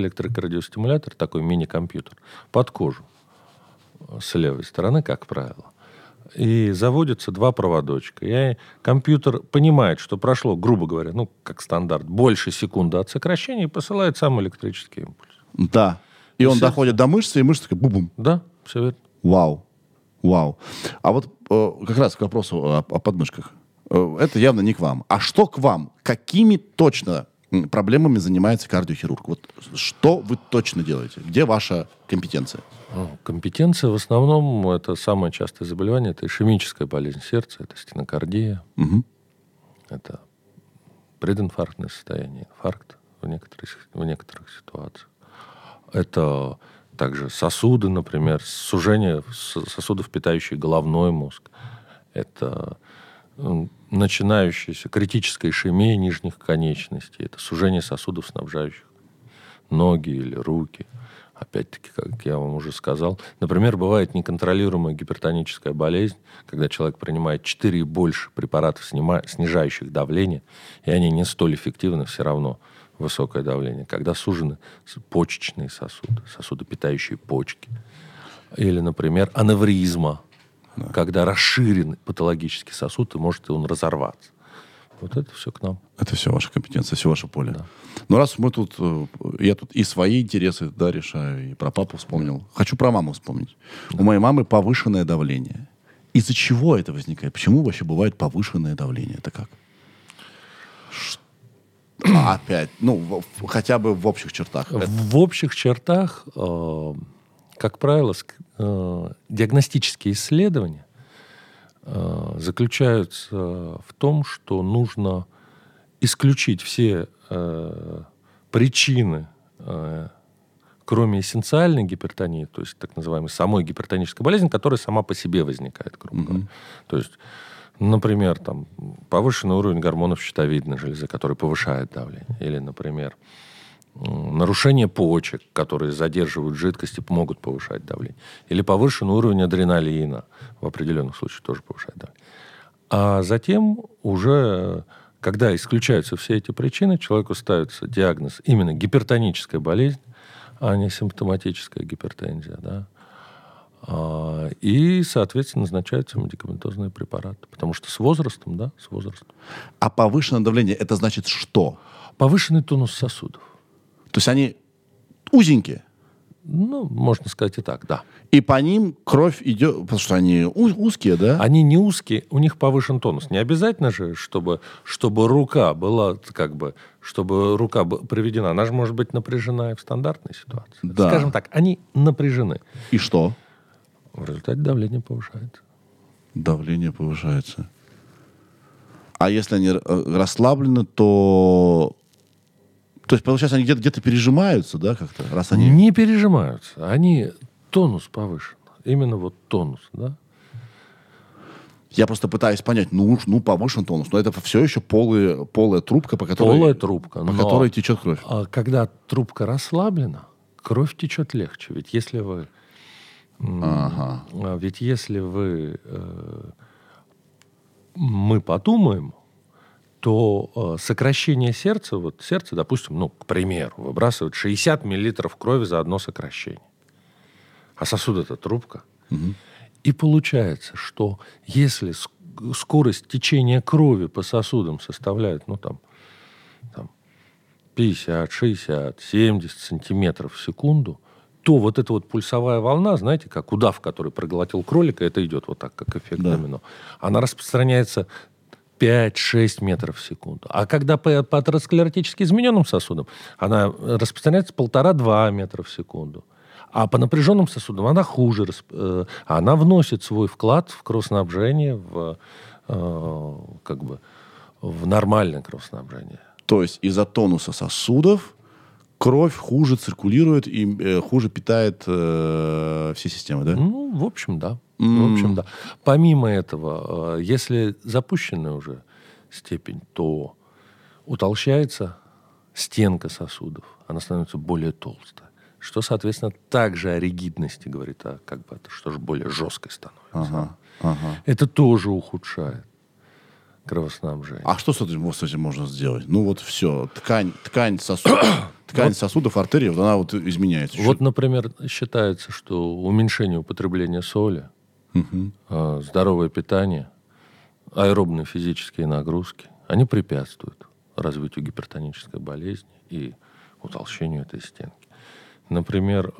электрокардиостимулятор, такой мини-компьютер, под кожу с левой стороны, как правило. и заводятся два проводочка. И компьютер понимает, что прошло, грубо говоря, ну, как стандарт, больше секунды от сокращения и посылает сам электрический импульс. Да. И он сердце. доходит до мышцы, и мышца такая бум-бум. Да, все верно. Вау. Вау. А вот как раз к вопросу о подмышках. Это явно не к вам. А что к вам? Какими точно проблемами занимается кардиохирург? Вот что вы точно делаете? Где ваша компетенция? Компетенция в основном, это самое частое заболевание, это ишемическая болезнь сердца, это стенокардия, Мгм. это прединфарктное состояние, инфаркт в некоторых ситуациях. Это также сосуды, например, сужение сосудов, питающих головной мозг. Это начинающаяся критическая ишемия нижних конечностей. Это сужение сосудов, снабжающих ноги или руки. Опять-таки, как я вам уже сказал. Например, бывает неконтролируемая гипертоническая болезнь, когда человек принимает 4 и больше препаратов, снижающих давление, и они не столь эффективны, все равно высокое давление. Когда сужены почечные сосуды, сосуды, питающие почки. Или, например, аневризма, когда расширен патологический сосуд, и может он разорваться. Вот это все к нам. Это все ваша компетенция, все ваше поле. Да. Но раз мы тут, я тут и свои интересы, да, решаю, и про папу вспомнил. Хочу про маму вспомнить. У моей мамы повышенное давление. Из-за чего это возникает? Почему вообще бывает повышенное давление? Это как? Опять, ну, хотя бы в общих чертах. В общих чертах, как правило, диагностические исследования заключаются в том, что нужно исключить все причины, кроме эссенциальной гипертонии, то есть так называемой самой гипертонической болезни, которая сама по себе возникает, грубо говоря. То есть, например, там, повышенный уровень гормонов щитовидной железы, который повышает давление. Или, например, нарушение почек, которые задерживают жидкость и могут повышать давление. Или повышенный уровень адреналина в определенных случаях тоже повышает давление. А затем уже, когда исключаются все эти причины, человеку ставится диагноз именно гипертоническая болезнь, а не симптоматическая гипертензия. Да? И, соответственно, назначаются медикаментозные препараты. Потому что с возрастом, да, с возрастом. А повышенное давление, это значит что? Повышенный тонус сосудов. То есть они узенькие? Ну, можно сказать и так, да. И по ним кровь идет, потому что они узкие, да? Они не узкие, у них повышен тонус. Не обязательно же, чтобы рука была, как бы, чтобы рука приведена. Она же может быть напряжена и в стандартной ситуации. Да. Скажем так, они напряжены. И что? В результате давление повышается. Давление повышается. А если они расслаблены, то... То есть, получается, они где-то пережимаются, да, как-то? Раз они... Не пережимаются. Они тонус повышен. Именно вот тонус, да. Я просто пытаюсь понять, ну повышен тонус, но это все еще полая трубка, по которой... Полая трубка. По которой течет кровь. А когда трубка расслаблена, кровь течет легче. Ведь если вы... Ага. Ведь если мы подумаем, то сокращение сердца, вот сердце, допустим, ну, к примеру, выбрасывает 60 миллилитров крови за одно сокращение. А сосуд — это трубка. Угу. И получается, что если скорость течения крови по сосудам составляет, ну, там 50, 60, 70 сантиметров в секунду, то вот эта вот пульсовая волна, знаете, как удав, который проглотил кролика, это идет вот так, как эффект домино. Она распространяется 5-6 метров в секунду. А когда по атеросклеротически измененным сосудам, она распространяется 1,5-2 метра в секунду. А по напряженным сосудам она хуже. Она вносит свой вклад в кровоснабжение, в нормальное кровоснабжение. То есть из-за тонуса сосудов кровь хуже циркулирует и хуже питает все системы, да? Ну, в общем, да. В общем, да. Помимо этого, если запущенная уже степень, то утолщается стенка сосудов, она становится более толстая, что, соответственно, также о ригидности говорит, что же более жесткой становится. Это тоже ухудшает кровоснабжение. А что с этим можно сделать? Ну вот все, ткань сосудов, артерий, вот она вот изменяется. Вот, например, считается, что уменьшение употребления соли здоровое питание, аэробные физические нагрузки, они препятствуют развитию гипертонической болезни и утолщению этой стенки. Например,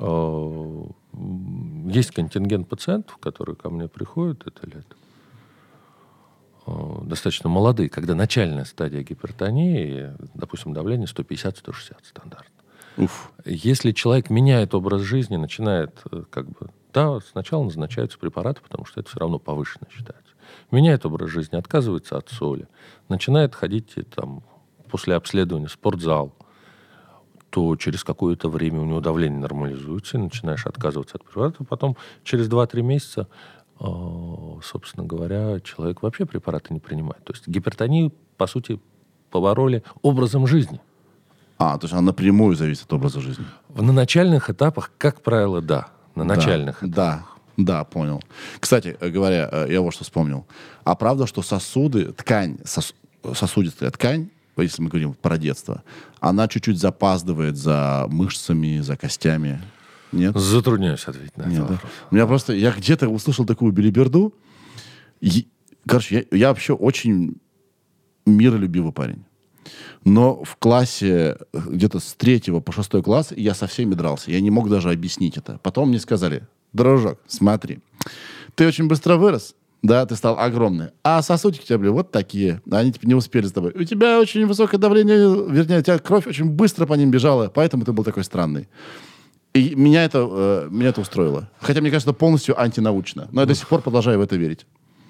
есть контингент пациентов, которые ко мне приходят, это лет достаточно молодые, когда начальная стадия гипертонии, допустим, давление 150-160 стандартно. Уф. Если человек меняет образ жизни, начинает сначала назначаются препараты, потому что это все равно повышенно считается. Меняет образ жизни, отказывается от соли, начинает ходить после обследования в спортзал, то через какое-то время у него давление нормализуется, и начинаешь отказываться от препаратов. Потом через 2-3 месяца, собственно говоря, человек вообще препараты не принимает. То есть гипертонию, по сути, побороли образом жизни. То есть она напрямую зависит от образа жизни. На начальных этапах, как правило, да. На начальных этапах. Да, понял. Кстати говоря, я вот что вспомнил. А правда, что сосудистая ткань, если мы говорим про детство, она чуть-чуть запаздывает за мышцами, за костями? Нет? Затрудняюсь ответить на этот вопрос. У меня просто... Я где-то услышал такую белиберду. Короче, я вообще очень миролюбивый парень. Но в классе где-то с 3 по 6 класс я со всеми дрался. Я не мог даже объяснить это. Потом мне сказали: дружок, смотри, ты очень быстро вырос, да, ты стал огромный, а сосудики у тебя были вот такие, они не успели с тобой. У тебя очень высокое давление, вернее, у тебя кровь очень быстро по ним бежала, поэтому ты был такой странный. И меня это устроило. Хотя, мне кажется, это полностью антинаучно. Но я до сих пор продолжаю в это верить.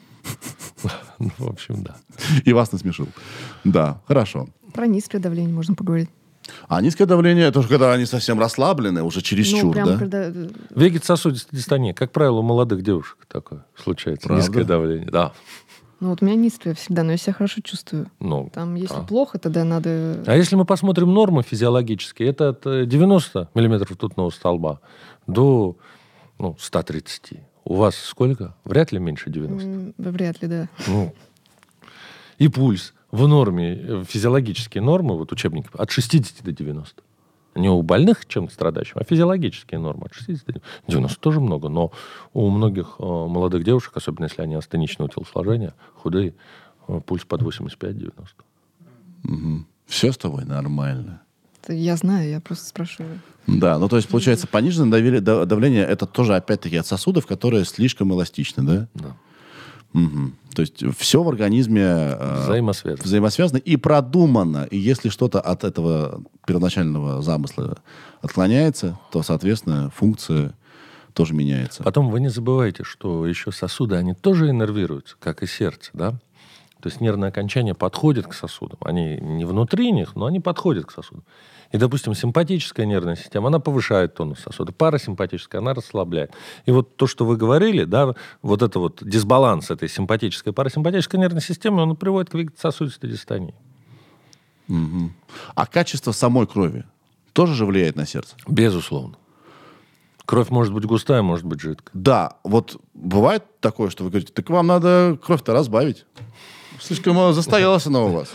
В общем, да. И вас насмешил. Да, хорошо. Про низкое давление можно поговорить. А низкое давление, это уже когда они совсем расслаблены, уже чересчур, прям да? когда... Вегетососудистая дистония. Как правило, у молодых девушек такое случается. Правда? Низкое давление, да. Ну, вот у меня низкое всегда, но я себя хорошо чувствую. Там, если плохо, тогда надо... А если мы посмотрим нормы физиологические, это от 90 миллиметров ртутного столба до 130. У вас сколько? Вряд ли меньше 90. Вряд ли, да. И пульс в норме, физиологические нормы, вот учебники, от 60 до 90. Не у больных чем-то страдающих, а физиологические нормы от 60 до 90 тоже много, но у многих молодых девушек, особенно если они астеничного телосложения, худые, пульс под 85-90. Угу. Все с тобой нормально. Я знаю, я просто спрашиваю. Да, то есть, получается, пониженное давление, это тоже, опять-таки, от сосудов, которые слишком эластичны, да? Да. Угу. То есть все в организме взаимосвязано и продумано. И если что-то от этого первоначального замысла отклоняется, то, соответственно, функция тоже меняется. Потом вы не забывайте, что еще сосуды, они тоже иннервируются, как и сердце, да? То есть нервные окончания подходят к сосудам. Они не внутри них, но они подходят к сосудам. И, допустим, симпатическая нервная система, она повышает тонус сосуда. Парасимпатическая, она расслабляет. И вот то, что вы говорили, да, вот это вот дисбаланс этой симпатической и парасимпатической нервной системы, он приводит к вегетососудистой дистонии. Угу. А качество самой крови тоже же влияет на сердце? Безусловно. Кровь может быть густая, может быть жидкая. Да, вот бывает такое, что вы говорите, так вам надо кровь-то разбавить. Слишком застоялась она у вас.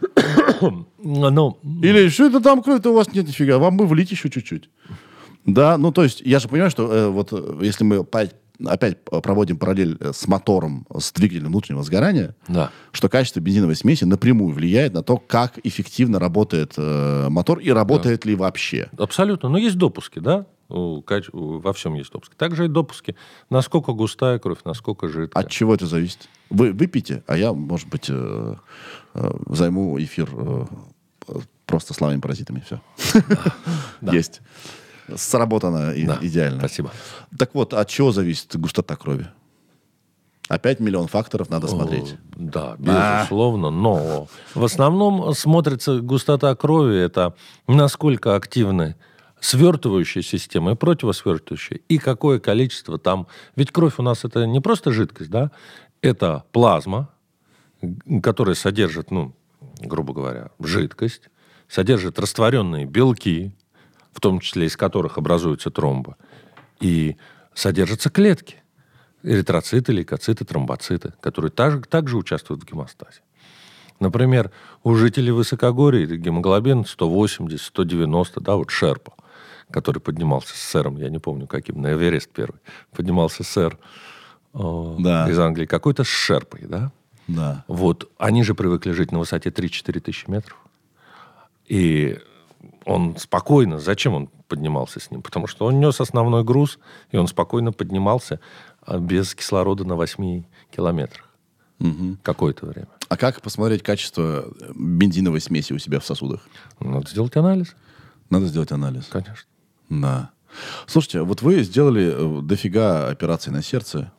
Или что это там кровь-то у вас нет нифига, вам бы влить еще чуть-чуть. Да, то есть я же понимаю, что вот если мы опять проводим параллель с мотором, с двигателем внутреннего сгорания, да, что качество бензиновой смеси напрямую влияет на то, как эффективно работает мотор и работает ли вообще. Абсолютно. Но есть допуски, да? Во всем есть допуски. Также и допуски, насколько густая кровь, насколько жидкая. От чего это зависит? Вы выпейте, а я, может быть, займу эфир просто словами-паразитами. Все. Есть. Сработано идеально. Спасибо. Так вот, от чего зависит густота крови? Опять миллион факторов надо смотреть. Да, безусловно. Но в основном смотрится густота крови, это насколько активны свертывающая система и противосвертывающая, и какое количество там... Ведь кровь у нас это не просто жидкость, да? Это плазма, которая содержит, грубо говоря, жидкость, содержит растворенные белки, в том числе из которых образуются тромбы, и содержатся клетки, эритроциты, лейкоциты, тромбоциты, которые также участвуют в гемостазе. Например, у жителей высокогорья гемоглобин 180, 190, да, вот Шерпа, который поднимался с сэром, я не помню каким, на Эверест первый, поднимался сэр, Да. из Англии, какой-то с шерпой, да? Да. Вот, они же привыкли жить на высоте 3-4 тысячи метров. И он спокойно, зачем он поднимался с ним? Потому что он нес основной груз, и он спокойно поднимался без кислорода на 8 километрах. Какое-то время. А как посмотреть качество бензиновой смеси у себя в сосудах? Надо сделать анализ. Надо сделать анализ. Конечно. Да. Слушайте, вот вы сделали дофига операций на сердце.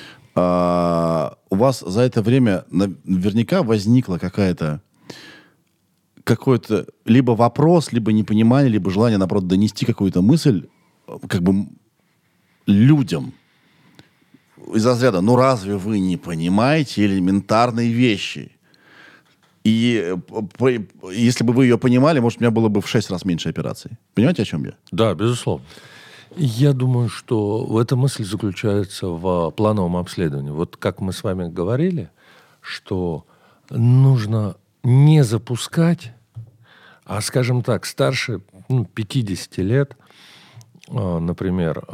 У вас за это время наверняка возникла какой-то либо вопрос, либо непонимание, либо желание, наоборот, донести какую-то мысль как бы людям. Из разряда, ну разве вы не понимаете элементарные вещи? И если бы вы ее понимали, может, у меня было бы в 6 раз меньше операций. Понимаете, о чем я? Да, безусловно. Я думаю, что эта мысль заключается в плановом обследовании. Вот как мы с вами говорили, что нужно не запускать, а, скажем так, старше 50 лет, например,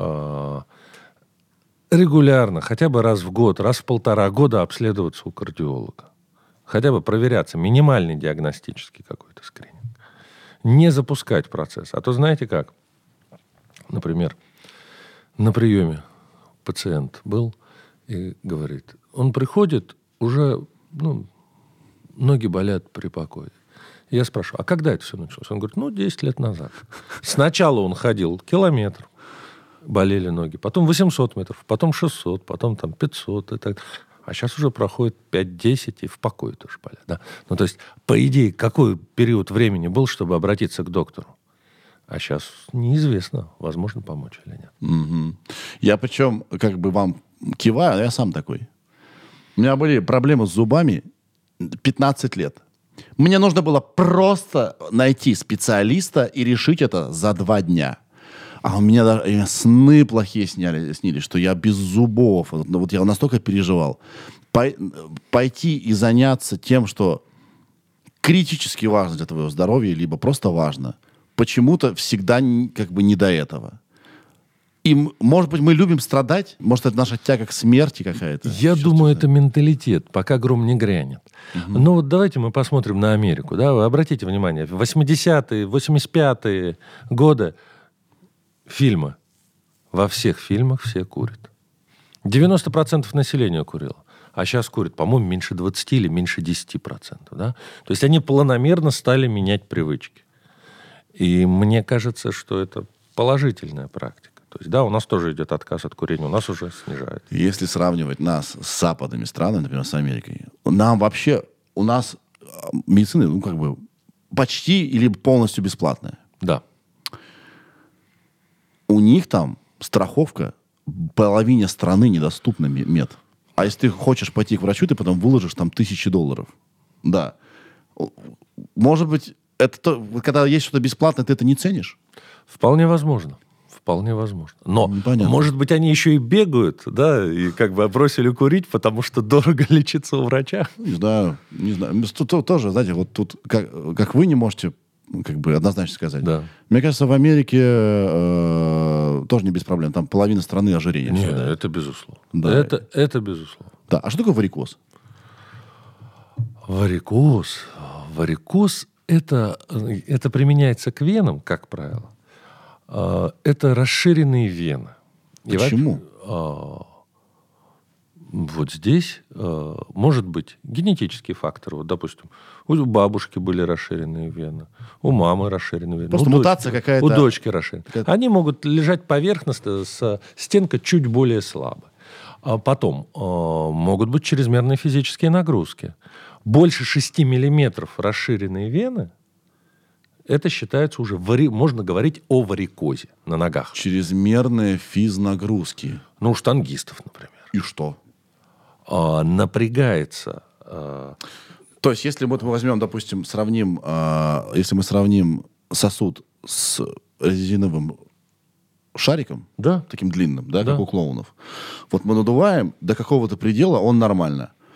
регулярно, хотя бы раз в год, раз в 1,5 года обследоваться у кардиолога. Хотя бы проверяться, минимальный диагностический какой-то скрининг. Не запускать процесс. А то знаете как? Например, на приеме пациент был и говорит, он приходит, уже ноги болят при покое. Я спрашиваю, а когда это все началось? Он говорит, 10 лет назад. Сначала он ходил километр, болели ноги, потом 800 метров, потом 600, потом 500 и так. А сейчас уже проходит 5-10 и в покое тоже болят. Да? То есть, по идее, какой период времени был, чтобы обратиться к доктору? А сейчас неизвестно, возможно помочь или нет. Угу. Я причем как бы вам киваю, а я сам такой. У меня были проблемы с зубами 15 лет. Мне нужно было просто найти специалиста и решить это за 2 дня. А у меня сны плохие снились, что я без зубов. Вот я настолько переживал. Пойти и заняться тем, что критически важно для твоего здоровья, либо просто важно, почему-то всегда как бы не до этого. И, может быть, мы любим страдать? Может, это наша тяга к смерти какая-то? Я думаю, это менталитет, пока гром не грянет. Угу. Но вот давайте мы посмотрим на Америку. Да? Вы обратите внимание, в 80-е, 85-е годы фильмы. Во всех фильмах все курят. 90% населения курило. А сейчас курят, по-моему, меньше 20 или меньше 10%. Да? То есть они планомерно стали менять привычки. И мне кажется, что это положительная практика. То есть, да, у нас тоже идет отказ от курения, у нас уже снижают. Если сравнивать нас с западными странами, например, с Америкой, у нас медицина, почти или полностью бесплатная. Да. У них там страховка половине страны недоступна мед. А если ты хочешь пойти к врачу, ты потом выложишь там $1000. Да. Может быть, когда есть что-то бесплатное, ты это не ценишь? Вполне возможно. Вполне возможно. Но, может быть, они еще и бегают, да, и бросили курить, потому что дорого лечиться у врача. Не знаю. Тут тоже, знаете, вот тут, как вы не можете однозначно сказать. Да. Мне кажется, в Америке тоже не без проблем. Там половина страны ожирения. Нет, да? это безусловно. Да. Это безусловно. Да. А что такое варикоз? Варикоз это применяется к венам, как правило. Это расширенные вены. Почему? Вот здесь может быть генетический фактор. Вот, допустим, у бабушки были расширенные вены, у мамы расширенные вены. Просто мутация какая-то. У дочки расширенные. Они могут лежать поверхностно, стенка чуть более слабая. А потом могут быть чрезмерные физические нагрузки. Больше 6 миллиметров расширенные вены, это считается уже, можно говорить о варикозе на ногах. Чрезмерные физнагрузки. У штангистов, например. И что? Напрягается. То есть, если мы возьмем, допустим, если мы сравним сосуд с резиновым шариком, да, таким длинным, да, как у клоунов, вот мы надуваем до какого-то предела, он нормально.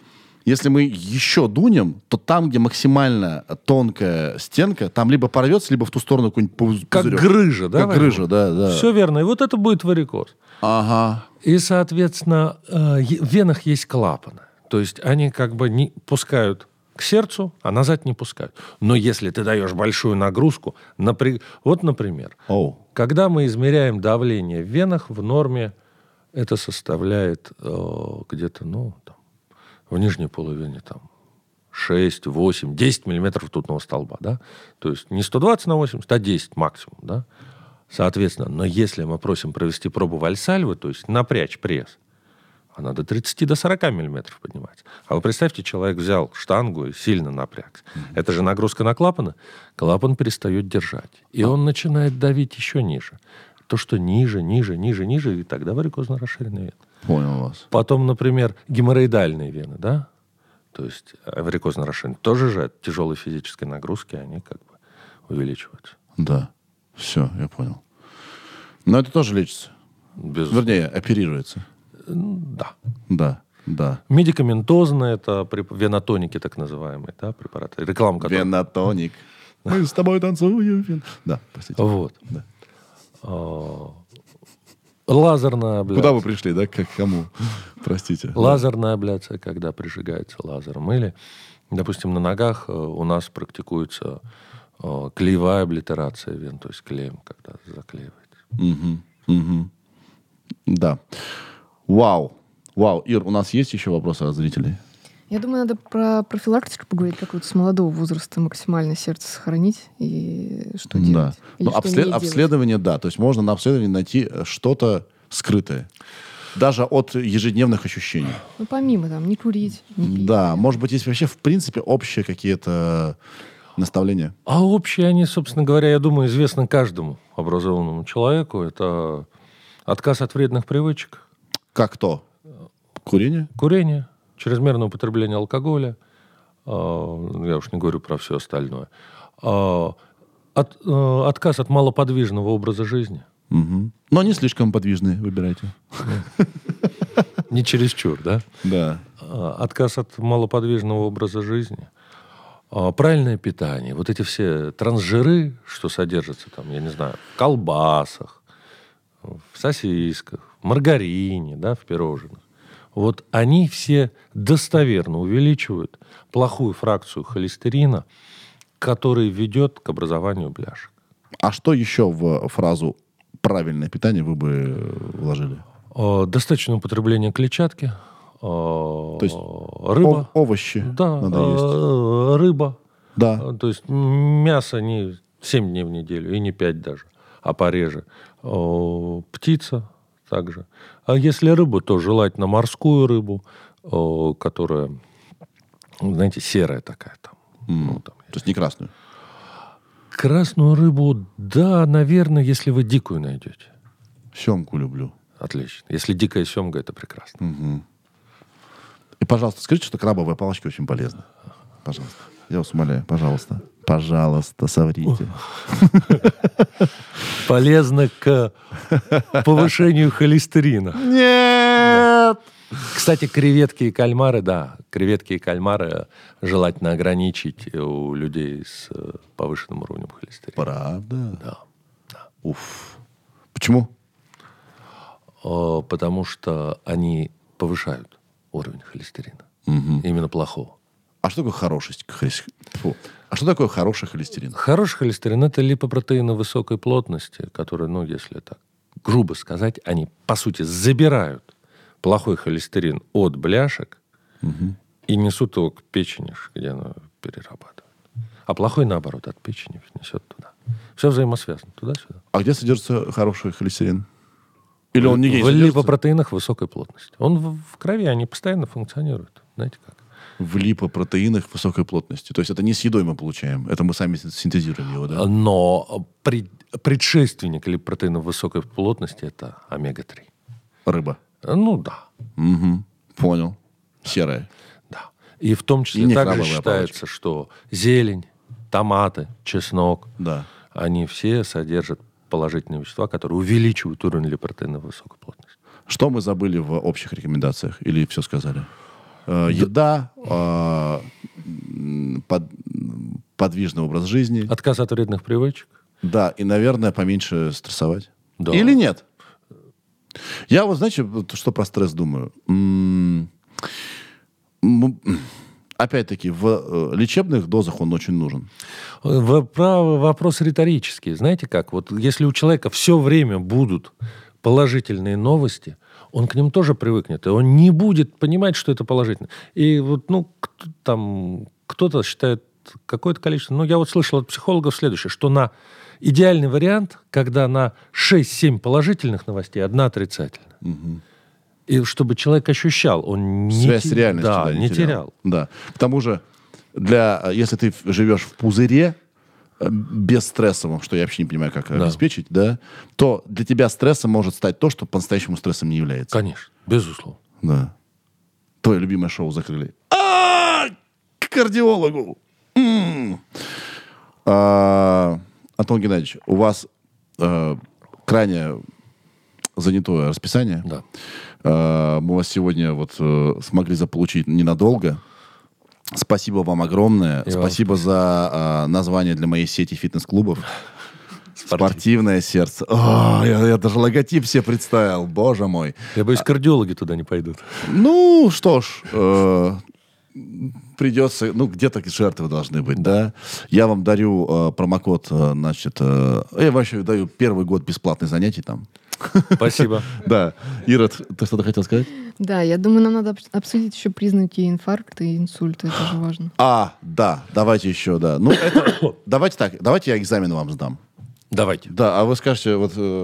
Если мы еще дунем, то там, где максимально тонкая стенка, там либо порвется, либо в ту сторону какой-нибудь пузырек. Как грыжа, да? Как грыжа, да. Все верно. И вот это будет варикоз. Ага. И, соответственно, в венах есть клапаны. То есть они как бы не пускают к сердцу, а назад не пускают. Но если ты даешь большую нагрузку, вот, например, когда мы измеряем давление в венах, в норме это составляет где-то, там, в нижней половине там 6, 8, 10 миллиметров ртутного столба, да? То есть не 120 на 80, а 10 максимум, да? Соответственно, но если мы просим провести пробу Вальсальвы, то есть напрячь пресс, она до 30 до 40 миллиметров поднимается. А вы представьте, человек взял штангу и сильно напрягся. Это же нагрузка на клапаны. Клапан перестает держать. И он начинает давить еще ниже. То, что ниже, и тогда варикозно расширенные вены. Понял вас. Потом, например, геморроидальные вены, да? То есть варикозно расширенные. Тоже же от тяжелой физической нагрузки они как бы увеличиваются. Да. Все, я понял. Но это тоже лечится. Вернее, оперируется. Да. Да. Медикаментозно это венотоники, так называемые, да, препараты. Реклама, которая... Венотоник. Мы с тобой танцуем. Да, простите. Вот. Да. Лазерная абляция. Куда вы пришли, да? К кому? Простите. Лазерная абляция, когда прижигается лазером. Или, допустим, на ногах у нас практикуется клеевая облитерация вен, то есть клеем, когда заклеивается. Угу. Да. Вау. Ир, у нас есть еще вопросы от зрителей? Я думаю, надо про профилактику поговорить, как вот с молодого возраста максимально сердце сохранить и что делать. Да. Ну, обследование, да. То есть можно на обследовании найти что-то скрытое. Даже от ежедневных ощущений. Ну, помимо там, не курить, не пить. Да, может быть, есть вообще, в принципе, общие какие-то наставления? А общие они, собственно говоря, я думаю, известны каждому образованному человеку. Это отказ от вредных привычек. Как то? Курение? Курение, чрезмерное употребление алкоголя. Я уж не говорю про все остальное. Отказ от малоподвижного образа жизни. Угу. Но не слишком подвижные выбирайте. Не чересчур, да? Да. Отказ от малоподвижного образа жизни. Правильное питание. Вот эти все трансжиры, что содержатся там, я не знаю, в колбасах, в сосисках, в маргарине, да, в пирожных. Вот они все достоверно увеличивают плохую фракцию холестерина, который ведет к образованию бляшек. А что еще в фразу «правильное питание» вы бы вложили? Достаточное употребление клетчатки, то есть рыба. Овощи надо есть. Рыба. Да. То есть мясо не 7 дней в неделю, и не 5 даже, а пореже. Птица также. А если рыбу, то желательно морскую рыбу, которая, знаете, серая такая там. То есть не красную? Красную рыбу, да, наверное, если вы дикую найдете. Семгу люблю. Отлично. Если дикая семга, это прекрасно. Угу. И, пожалуйста, скажите, что крабовые палочки очень полезны. Пожалуйста. Я вас умоляю, пожалуйста. Пожалуйста, соврите. Полезно к повышению холестерина. Нет! Кстати, креветки и кальмары, да. Креветки и кальмары желательно ограничить у людей с повышенным уровнем холестерина. Правда? Да. Уф. Почему? Потому что они повышают уровень холестерина. Угу. Именно плохого. А что такое хороший холестерин? А что такое хороший холестерин? Хороший холестерин – это липопротеины высокой плотности, которые, если так грубо сказать, они, по сути, забирают плохой холестерин от бляшек и несут его к печени, где оно перерабатывает. А плохой, наоборот, от печени несет туда. Все взаимосвязано, туда-сюда. А где содержится хороший холестерин? Или он нигде не в содержится? липопротеинах высокой плотности. Он в крови, они постоянно функционируют. Знаете как? В липопротеинах высокой плотности. То есть это не с едой мы получаем. Это мы сами синтезируем его, да? Но предшественник липопротеинов высокой плотности – это омега-3. Рыба. Ну да. Угу. Понял. Серая. Да. И в том числе также считается, что зелень, томаты, чеснок, да, они все содержат положительные вещества, которые увеличивают уровень липопротеинов высокой плотности. Что мы забыли в общих рекомендациях? Или все сказали? еда, подвижный образ жизни. Отказ от вредных привычек. Да, и, наверное, поменьше стрессовать. Да. Или нет? Я вот, знаете, что про стресс думаю? Опять-таки, в лечебных дозах он очень нужен. Вопрос риторический. Знаете как? Вот если у человека все время будут положительные новости, он к ним тоже привыкнет, и он не будет понимать, что это положительно. И вот, там кто-то считает какое-то количество... я вот слышал от психологов следующее, что на идеальный вариант, когда на 6-7 положительных новостей одна отрицательная. Угу. И чтобы человек ощущал, он связь с реальностью, да, не терял. Да. К тому же, если ты живешь в пузыре, бесстрессовым, что я вообще не понимаю, как обеспечить, да, то для тебя стрессом может стать то, что по-настоящему стрессом не является. Конечно, безусловно. Да. Твое любимое шоу закрыли. К кардиологу! Антон Геннадьевич, у вас крайне занятое расписание. Да. Мы вас сегодня смогли заполучить ненадолго. Спасибо вам огромное. Спасибо за название для моей сети фитнес-клубов. Спортивное сердце. Я даже логотип себе представил. Боже мой. Я боюсь, кардиологи туда не пойдут. Ну, что ж, придется... где-то жертвы должны быть, да? Я вам дарю промокод, я вообще даю первый год бесплатных занятий там. Спасибо. Да. Ира, ты что-то хотел сказать? Да, я думаю, нам надо обсудить еще признаки инфаркта и инсульта. Это же важно. Да. Давайте еще, да. Давайте так. Давайте я экзамен вам сдам. Давайте. Да, а вы скажете,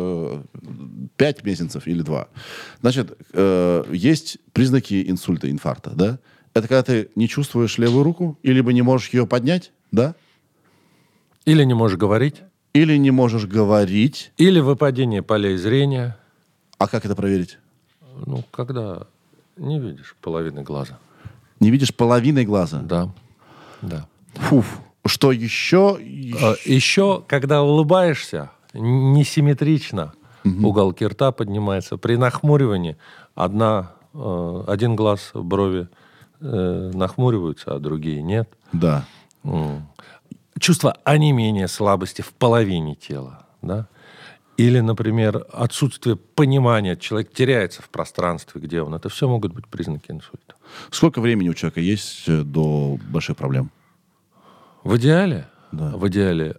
5 месяцев или 2. Значит, есть признаки инсульта, инфаркта, да? Это когда ты не чувствуешь левую руку, или не можешь ее поднять, да? Или не можешь говорить. Или не можешь говорить. Или выпадение полей зрения. А как это проверить? Когда не видишь половины глаза. Не видишь половины глаза? Да. Фуф. Что еще? Еще, когда улыбаешься, несимметрично уголки рта поднимаются. При нахмуривании один глаз, брови нахмуриваются, а другие нет. Да. Чувство онемения, слабости в половине тела, да? Или, например, отсутствие понимания, человек теряется в пространстве, где он. Это все могут быть признаки инсульта. Сколько времени у человека есть до больших проблем? В идеале? Да. В идеале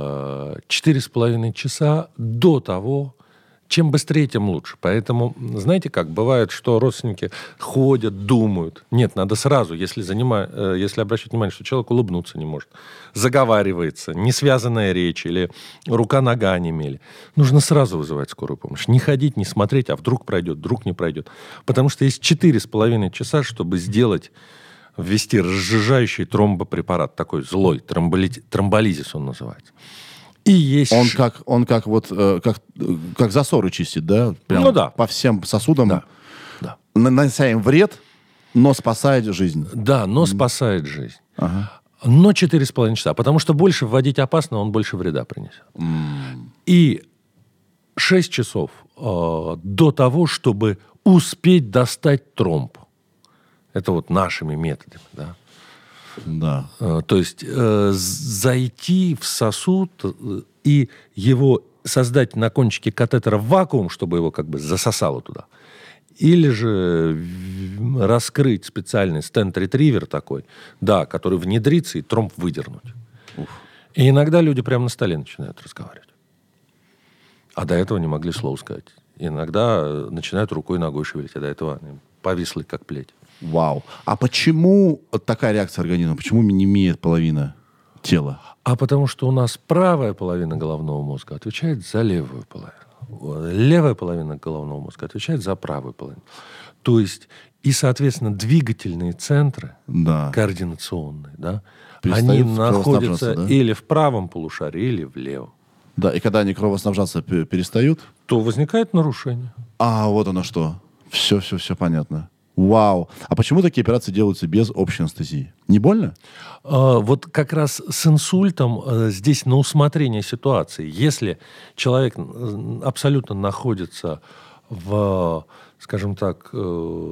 4,5 часа до того, чем быстрее, тем лучше. Поэтому, знаете как, бывает, что родственники ходят, думают. Нет, надо сразу, если обращать внимание, что человек улыбнуться не может, заговаривается, несвязанная речь или рука-нога онемели. Нужно сразу вызывать скорую помощь. Не ходить, не смотреть, а вдруг пройдет, вдруг не пройдет. Потому что есть 4,5 часа, чтобы ввести разжижающий тромбопрепарат, такой злой, тромболизис он называется. И есть... Он как засоры чистит, да? Прям да. По всем сосудам. Да. Нанося им вред, но спасает жизнь. Да, но спасает жизнь. Ага. Но 4,5 часа. Потому что больше вводить опасно, он больше вреда принесет. И 6 часов до того, чтобы успеть достать тромб. Это нашими методами, да. Да. То есть зайти в сосуд и его создать на кончике катетера вакуум, чтобы его засосало туда. Или же раскрыть специальный стент-ретривер такой, да, который внедрится и тромб выдернуть. И иногда люди прямо на столе начинают разговаривать. А до этого не могли слова сказать. Иногда начинают рукой и ногой шевелить, а до этого они повисли, как плеть. Вау. А почему такая реакция организма? Почему не имеет половина тела? А потому что у нас правая половина головного мозга отвечает за левую половину. Левая половина головного мозга отвечает за правую половину. То есть, и, соответственно, двигательные центры, координационные, да, они находятся или в правом полушарии, или в левом. Да, и когда они кровоснабжаться перестают, то возникает нарушение. Вот оно что. Все понятно. Вау. А почему такие операции делаются без общей анестезии? Не больно? Вот как раз с инсультом здесь на усмотрение ситуации. Если человек абсолютно находится в, скажем так,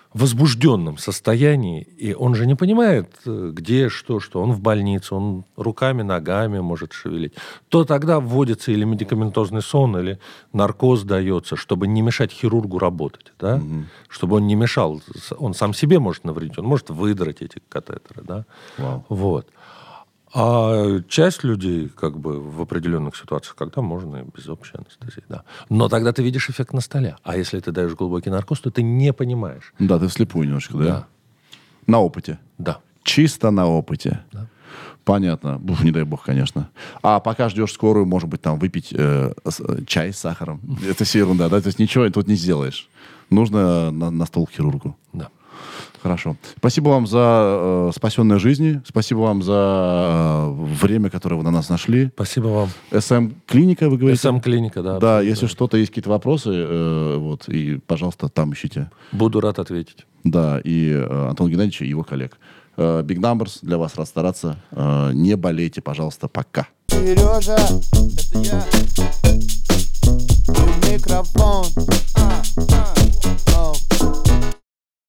возбужденном состоянии, и он же не понимает, где что. Он в больнице, он руками, ногами может шевелить, то тогда вводится или медикаментозный сон, или наркоз дается, чтобы не мешать хирургу работать, да? Чтобы он не мешал. Он сам себе может навредить, он может выдрать эти катетеры. Да? Вау. Вот. А часть людей как бы в определенных ситуациях, когда можно и без общей анестезии, да. Но тогда ты видишь эффект на столе. А если ты даешь глубокий наркоз, то ты не понимаешь. Да, ты вслепую немножко, да? Да. На опыте. Да. Чисто на опыте. Да. Понятно. Не дай бог, конечно. А пока ждешь скорую, может быть, там выпить чай с сахаром. Это все ерунда, да? То есть ничего тут не сделаешь. Нужно на стол к хирургу. Да. Хорошо. Спасибо вам за спасенные жизни. Спасибо вам за время, которое вы на нас нашли. Спасибо вам. СМ-клиника, вы говорите? СМ-клиника, да. Да, если что-то есть, какие-то вопросы, вот, и, пожалуйста, там ищите. Буду рад ответить. Да, и Антон Геннадьевич, и его коллег. Big Numbers, для вас рад стараться. Не болейте, пожалуйста, пока. Сережа, это я. И микрофон.